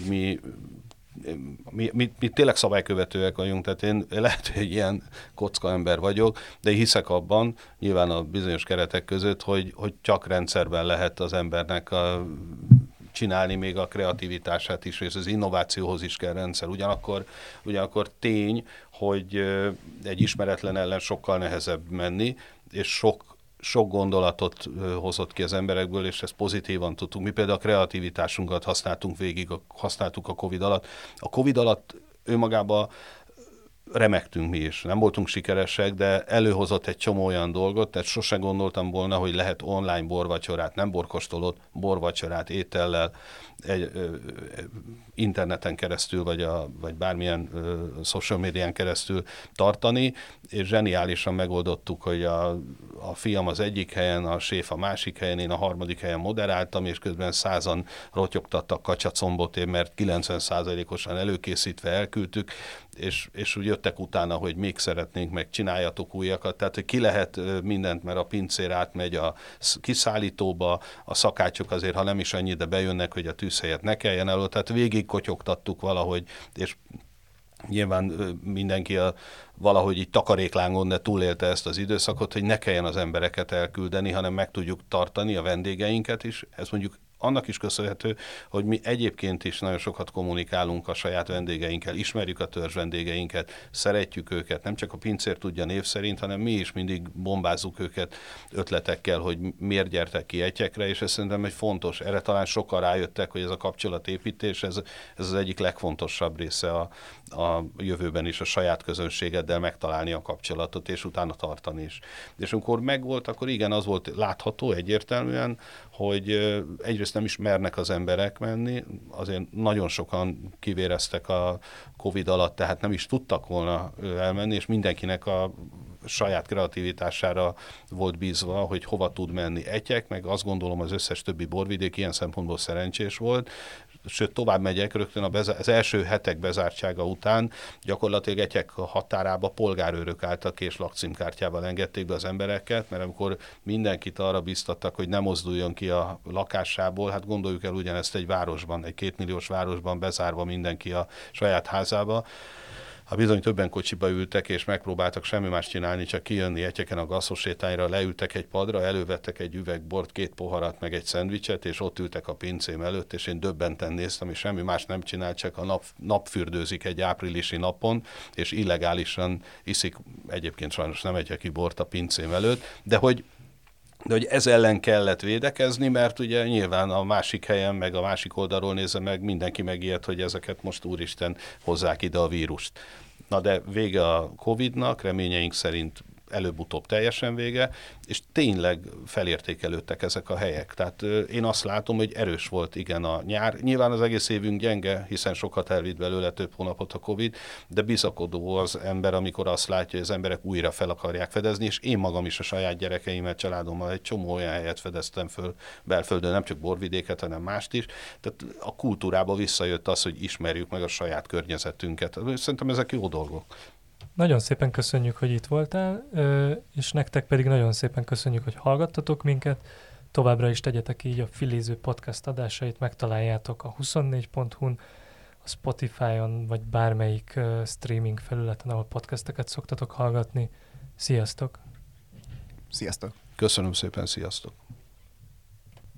mi tényleg szabálykövetőek vagyunk, tehát én lehet, hogy ilyen kocka ember vagyok, de én hiszek abban, nyilván a bizonyos keretek között, hogy csak rendszerben lehet az embernek csinálni még a kreativitását is, és az innovációhoz is kell rendszer. Ugyanakkor tény, hogy egy ismeretlen ellen sokkal nehezebb menni, és sok gondolatot hozott ki az emberekből, és ezt pozitívan tudtuk. Mi például a kreativitásunkat használtuk a Covid alatt. A Covid alatt önmagában remegtünk mi is. Nem voltunk sikeresek, de előhozott egy csomó olyan dolgot, tehát sosem gondoltam volna, hogy lehet online borvacsorát, nem borkostolót, borvacsorát étellel, interneten keresztül, vagy bármilyen social médián keresztül tartani, és zseniálisan megoldottuk, hogy a fiam az egyik helyen, a séf a másik helyen, én a harmadik helyen moderáltam, és közben 100-an rotyogtattak kacsacombot, mert 90%-osan előkészítve elküldtük, és úgy jöttek utána, hogy még szeretnénk, meg csináljatok újakat, tehát hogy ki lehet mindent, mert a pincér átmegy a kiszállítóba, a szakácsok azért, ha nem is annyi, de bejönnek, hogy a tűzhelyet ne kelljen elő, tehát végig kotyogtattuk valahogy, és nyilván mindenki valahogy így takaréklángon, de túlélte ezt az időszakot, hogy ne kelljen az embereket elküldeni, hanem meg tudjuk tartani a vendégeinket is. Ez mondjuk annak is köszönhető, hogy mi egyébként is nagyon sokat kommunikálunk a saját vendégeinkkel, ismerjük a törzs vendégeinket, szeretjük őket, nem csak a pincér tudja név szerint, hanem mi is mindig bombázzuk őket ötletekkel, hogy miért gyertek ki etyekre, és ez szerintem egy fontos. Erre talán sokan rájöttek, hogy ez a kapcsolatépítés, ez az egyik legfontosabb része a jövőben is, a saját közönségeddel megtalálni a kapcsolatot, és utána tartani is. És amikor megvolt, akkor igen, az volt látható egyértelműen, hogy egyrészt nem is mernek az emberek menni, azért nagyon sokan kivéreztek a Covid alatt, tehát nem is tudtak volna elmenni, és mindenkinek saját kreativitására volt bízva, hogy hova tud menni. Etyek, meg azt gondolom az összes többi borvidék ilyen szempontból szerencsés volt, sőt tovább megyek, rögtön az első hetek bezártsága után gyakorlatilag Etyek határába polgárőrök álltak és lakcímkártyával engedték be az embereket, mert amikor mindenkit arra biztattak, hogy ne mozduljon ki a lakásából, hát gondoljuk el ugyanezt egy városban, egy 2 milliós városban bezárva mindenki a saját házába. Ha bizony többen kocsiba ültek, és megpróbáltak semmi más csinálni, csak kijönni Etyeken a gasztosétányra, leültek egy padra, elővettek egy üveg bort, 2 poharat, meg egy szendvicset, és ott ültek a pincém előtt, és én döbbenten néztem, és semmi más nem csinált, csak a napfürdőzik egy áprilisi napon, és illegálisan iszik, egyébként sajnos nem egyeki bort a pincém előtt, de hogy ez ellen kellett védekezni, mert ugye nyilván a másik helyen, meg a másik oldalról nézve meg mindenki megijed, hogy ezeket most úristen hozzák ide a vírust. Na de vége a Covid-nak, reményeink szerint előbb-utóbb teljesen vége, és tényleg felértékelődtek ezek a helyek. Tehát én azt látom, hogy erős volt igen a nyár. Nyilván az egész évünk gyenge, hiszen sokat elvitt belőle, több hónapot a Covid, de bizakodó az ember, amikor azt látja, hogy az emberek újra fel akarják fedezni, és én magam is a saját gyerekeimet, családommal egy csomó olyan helyet fedeztem föl Belföldön, nem csak borvidéket, hanem mást is. Tehát a kultúrába visszajött az, hogy ismerjük meg a saját környezetünket. Szerintem ezek jó dolgok. Nagyon szépen köszönjük, hogy itt voltál, és nektek pedig nagyon szépen köszönjük, hogy hallgattatok minket. Továbbra is tegyetek így, a Filéző podcast adásait megtaláljátok a 24.hu-n, a Spotify-on, vagy bármelyik streaming felületen, ahol podcasteket szoktatok hallgatni. Sziasztok! Sziasztok! Köszönöm szépen, sziasztok!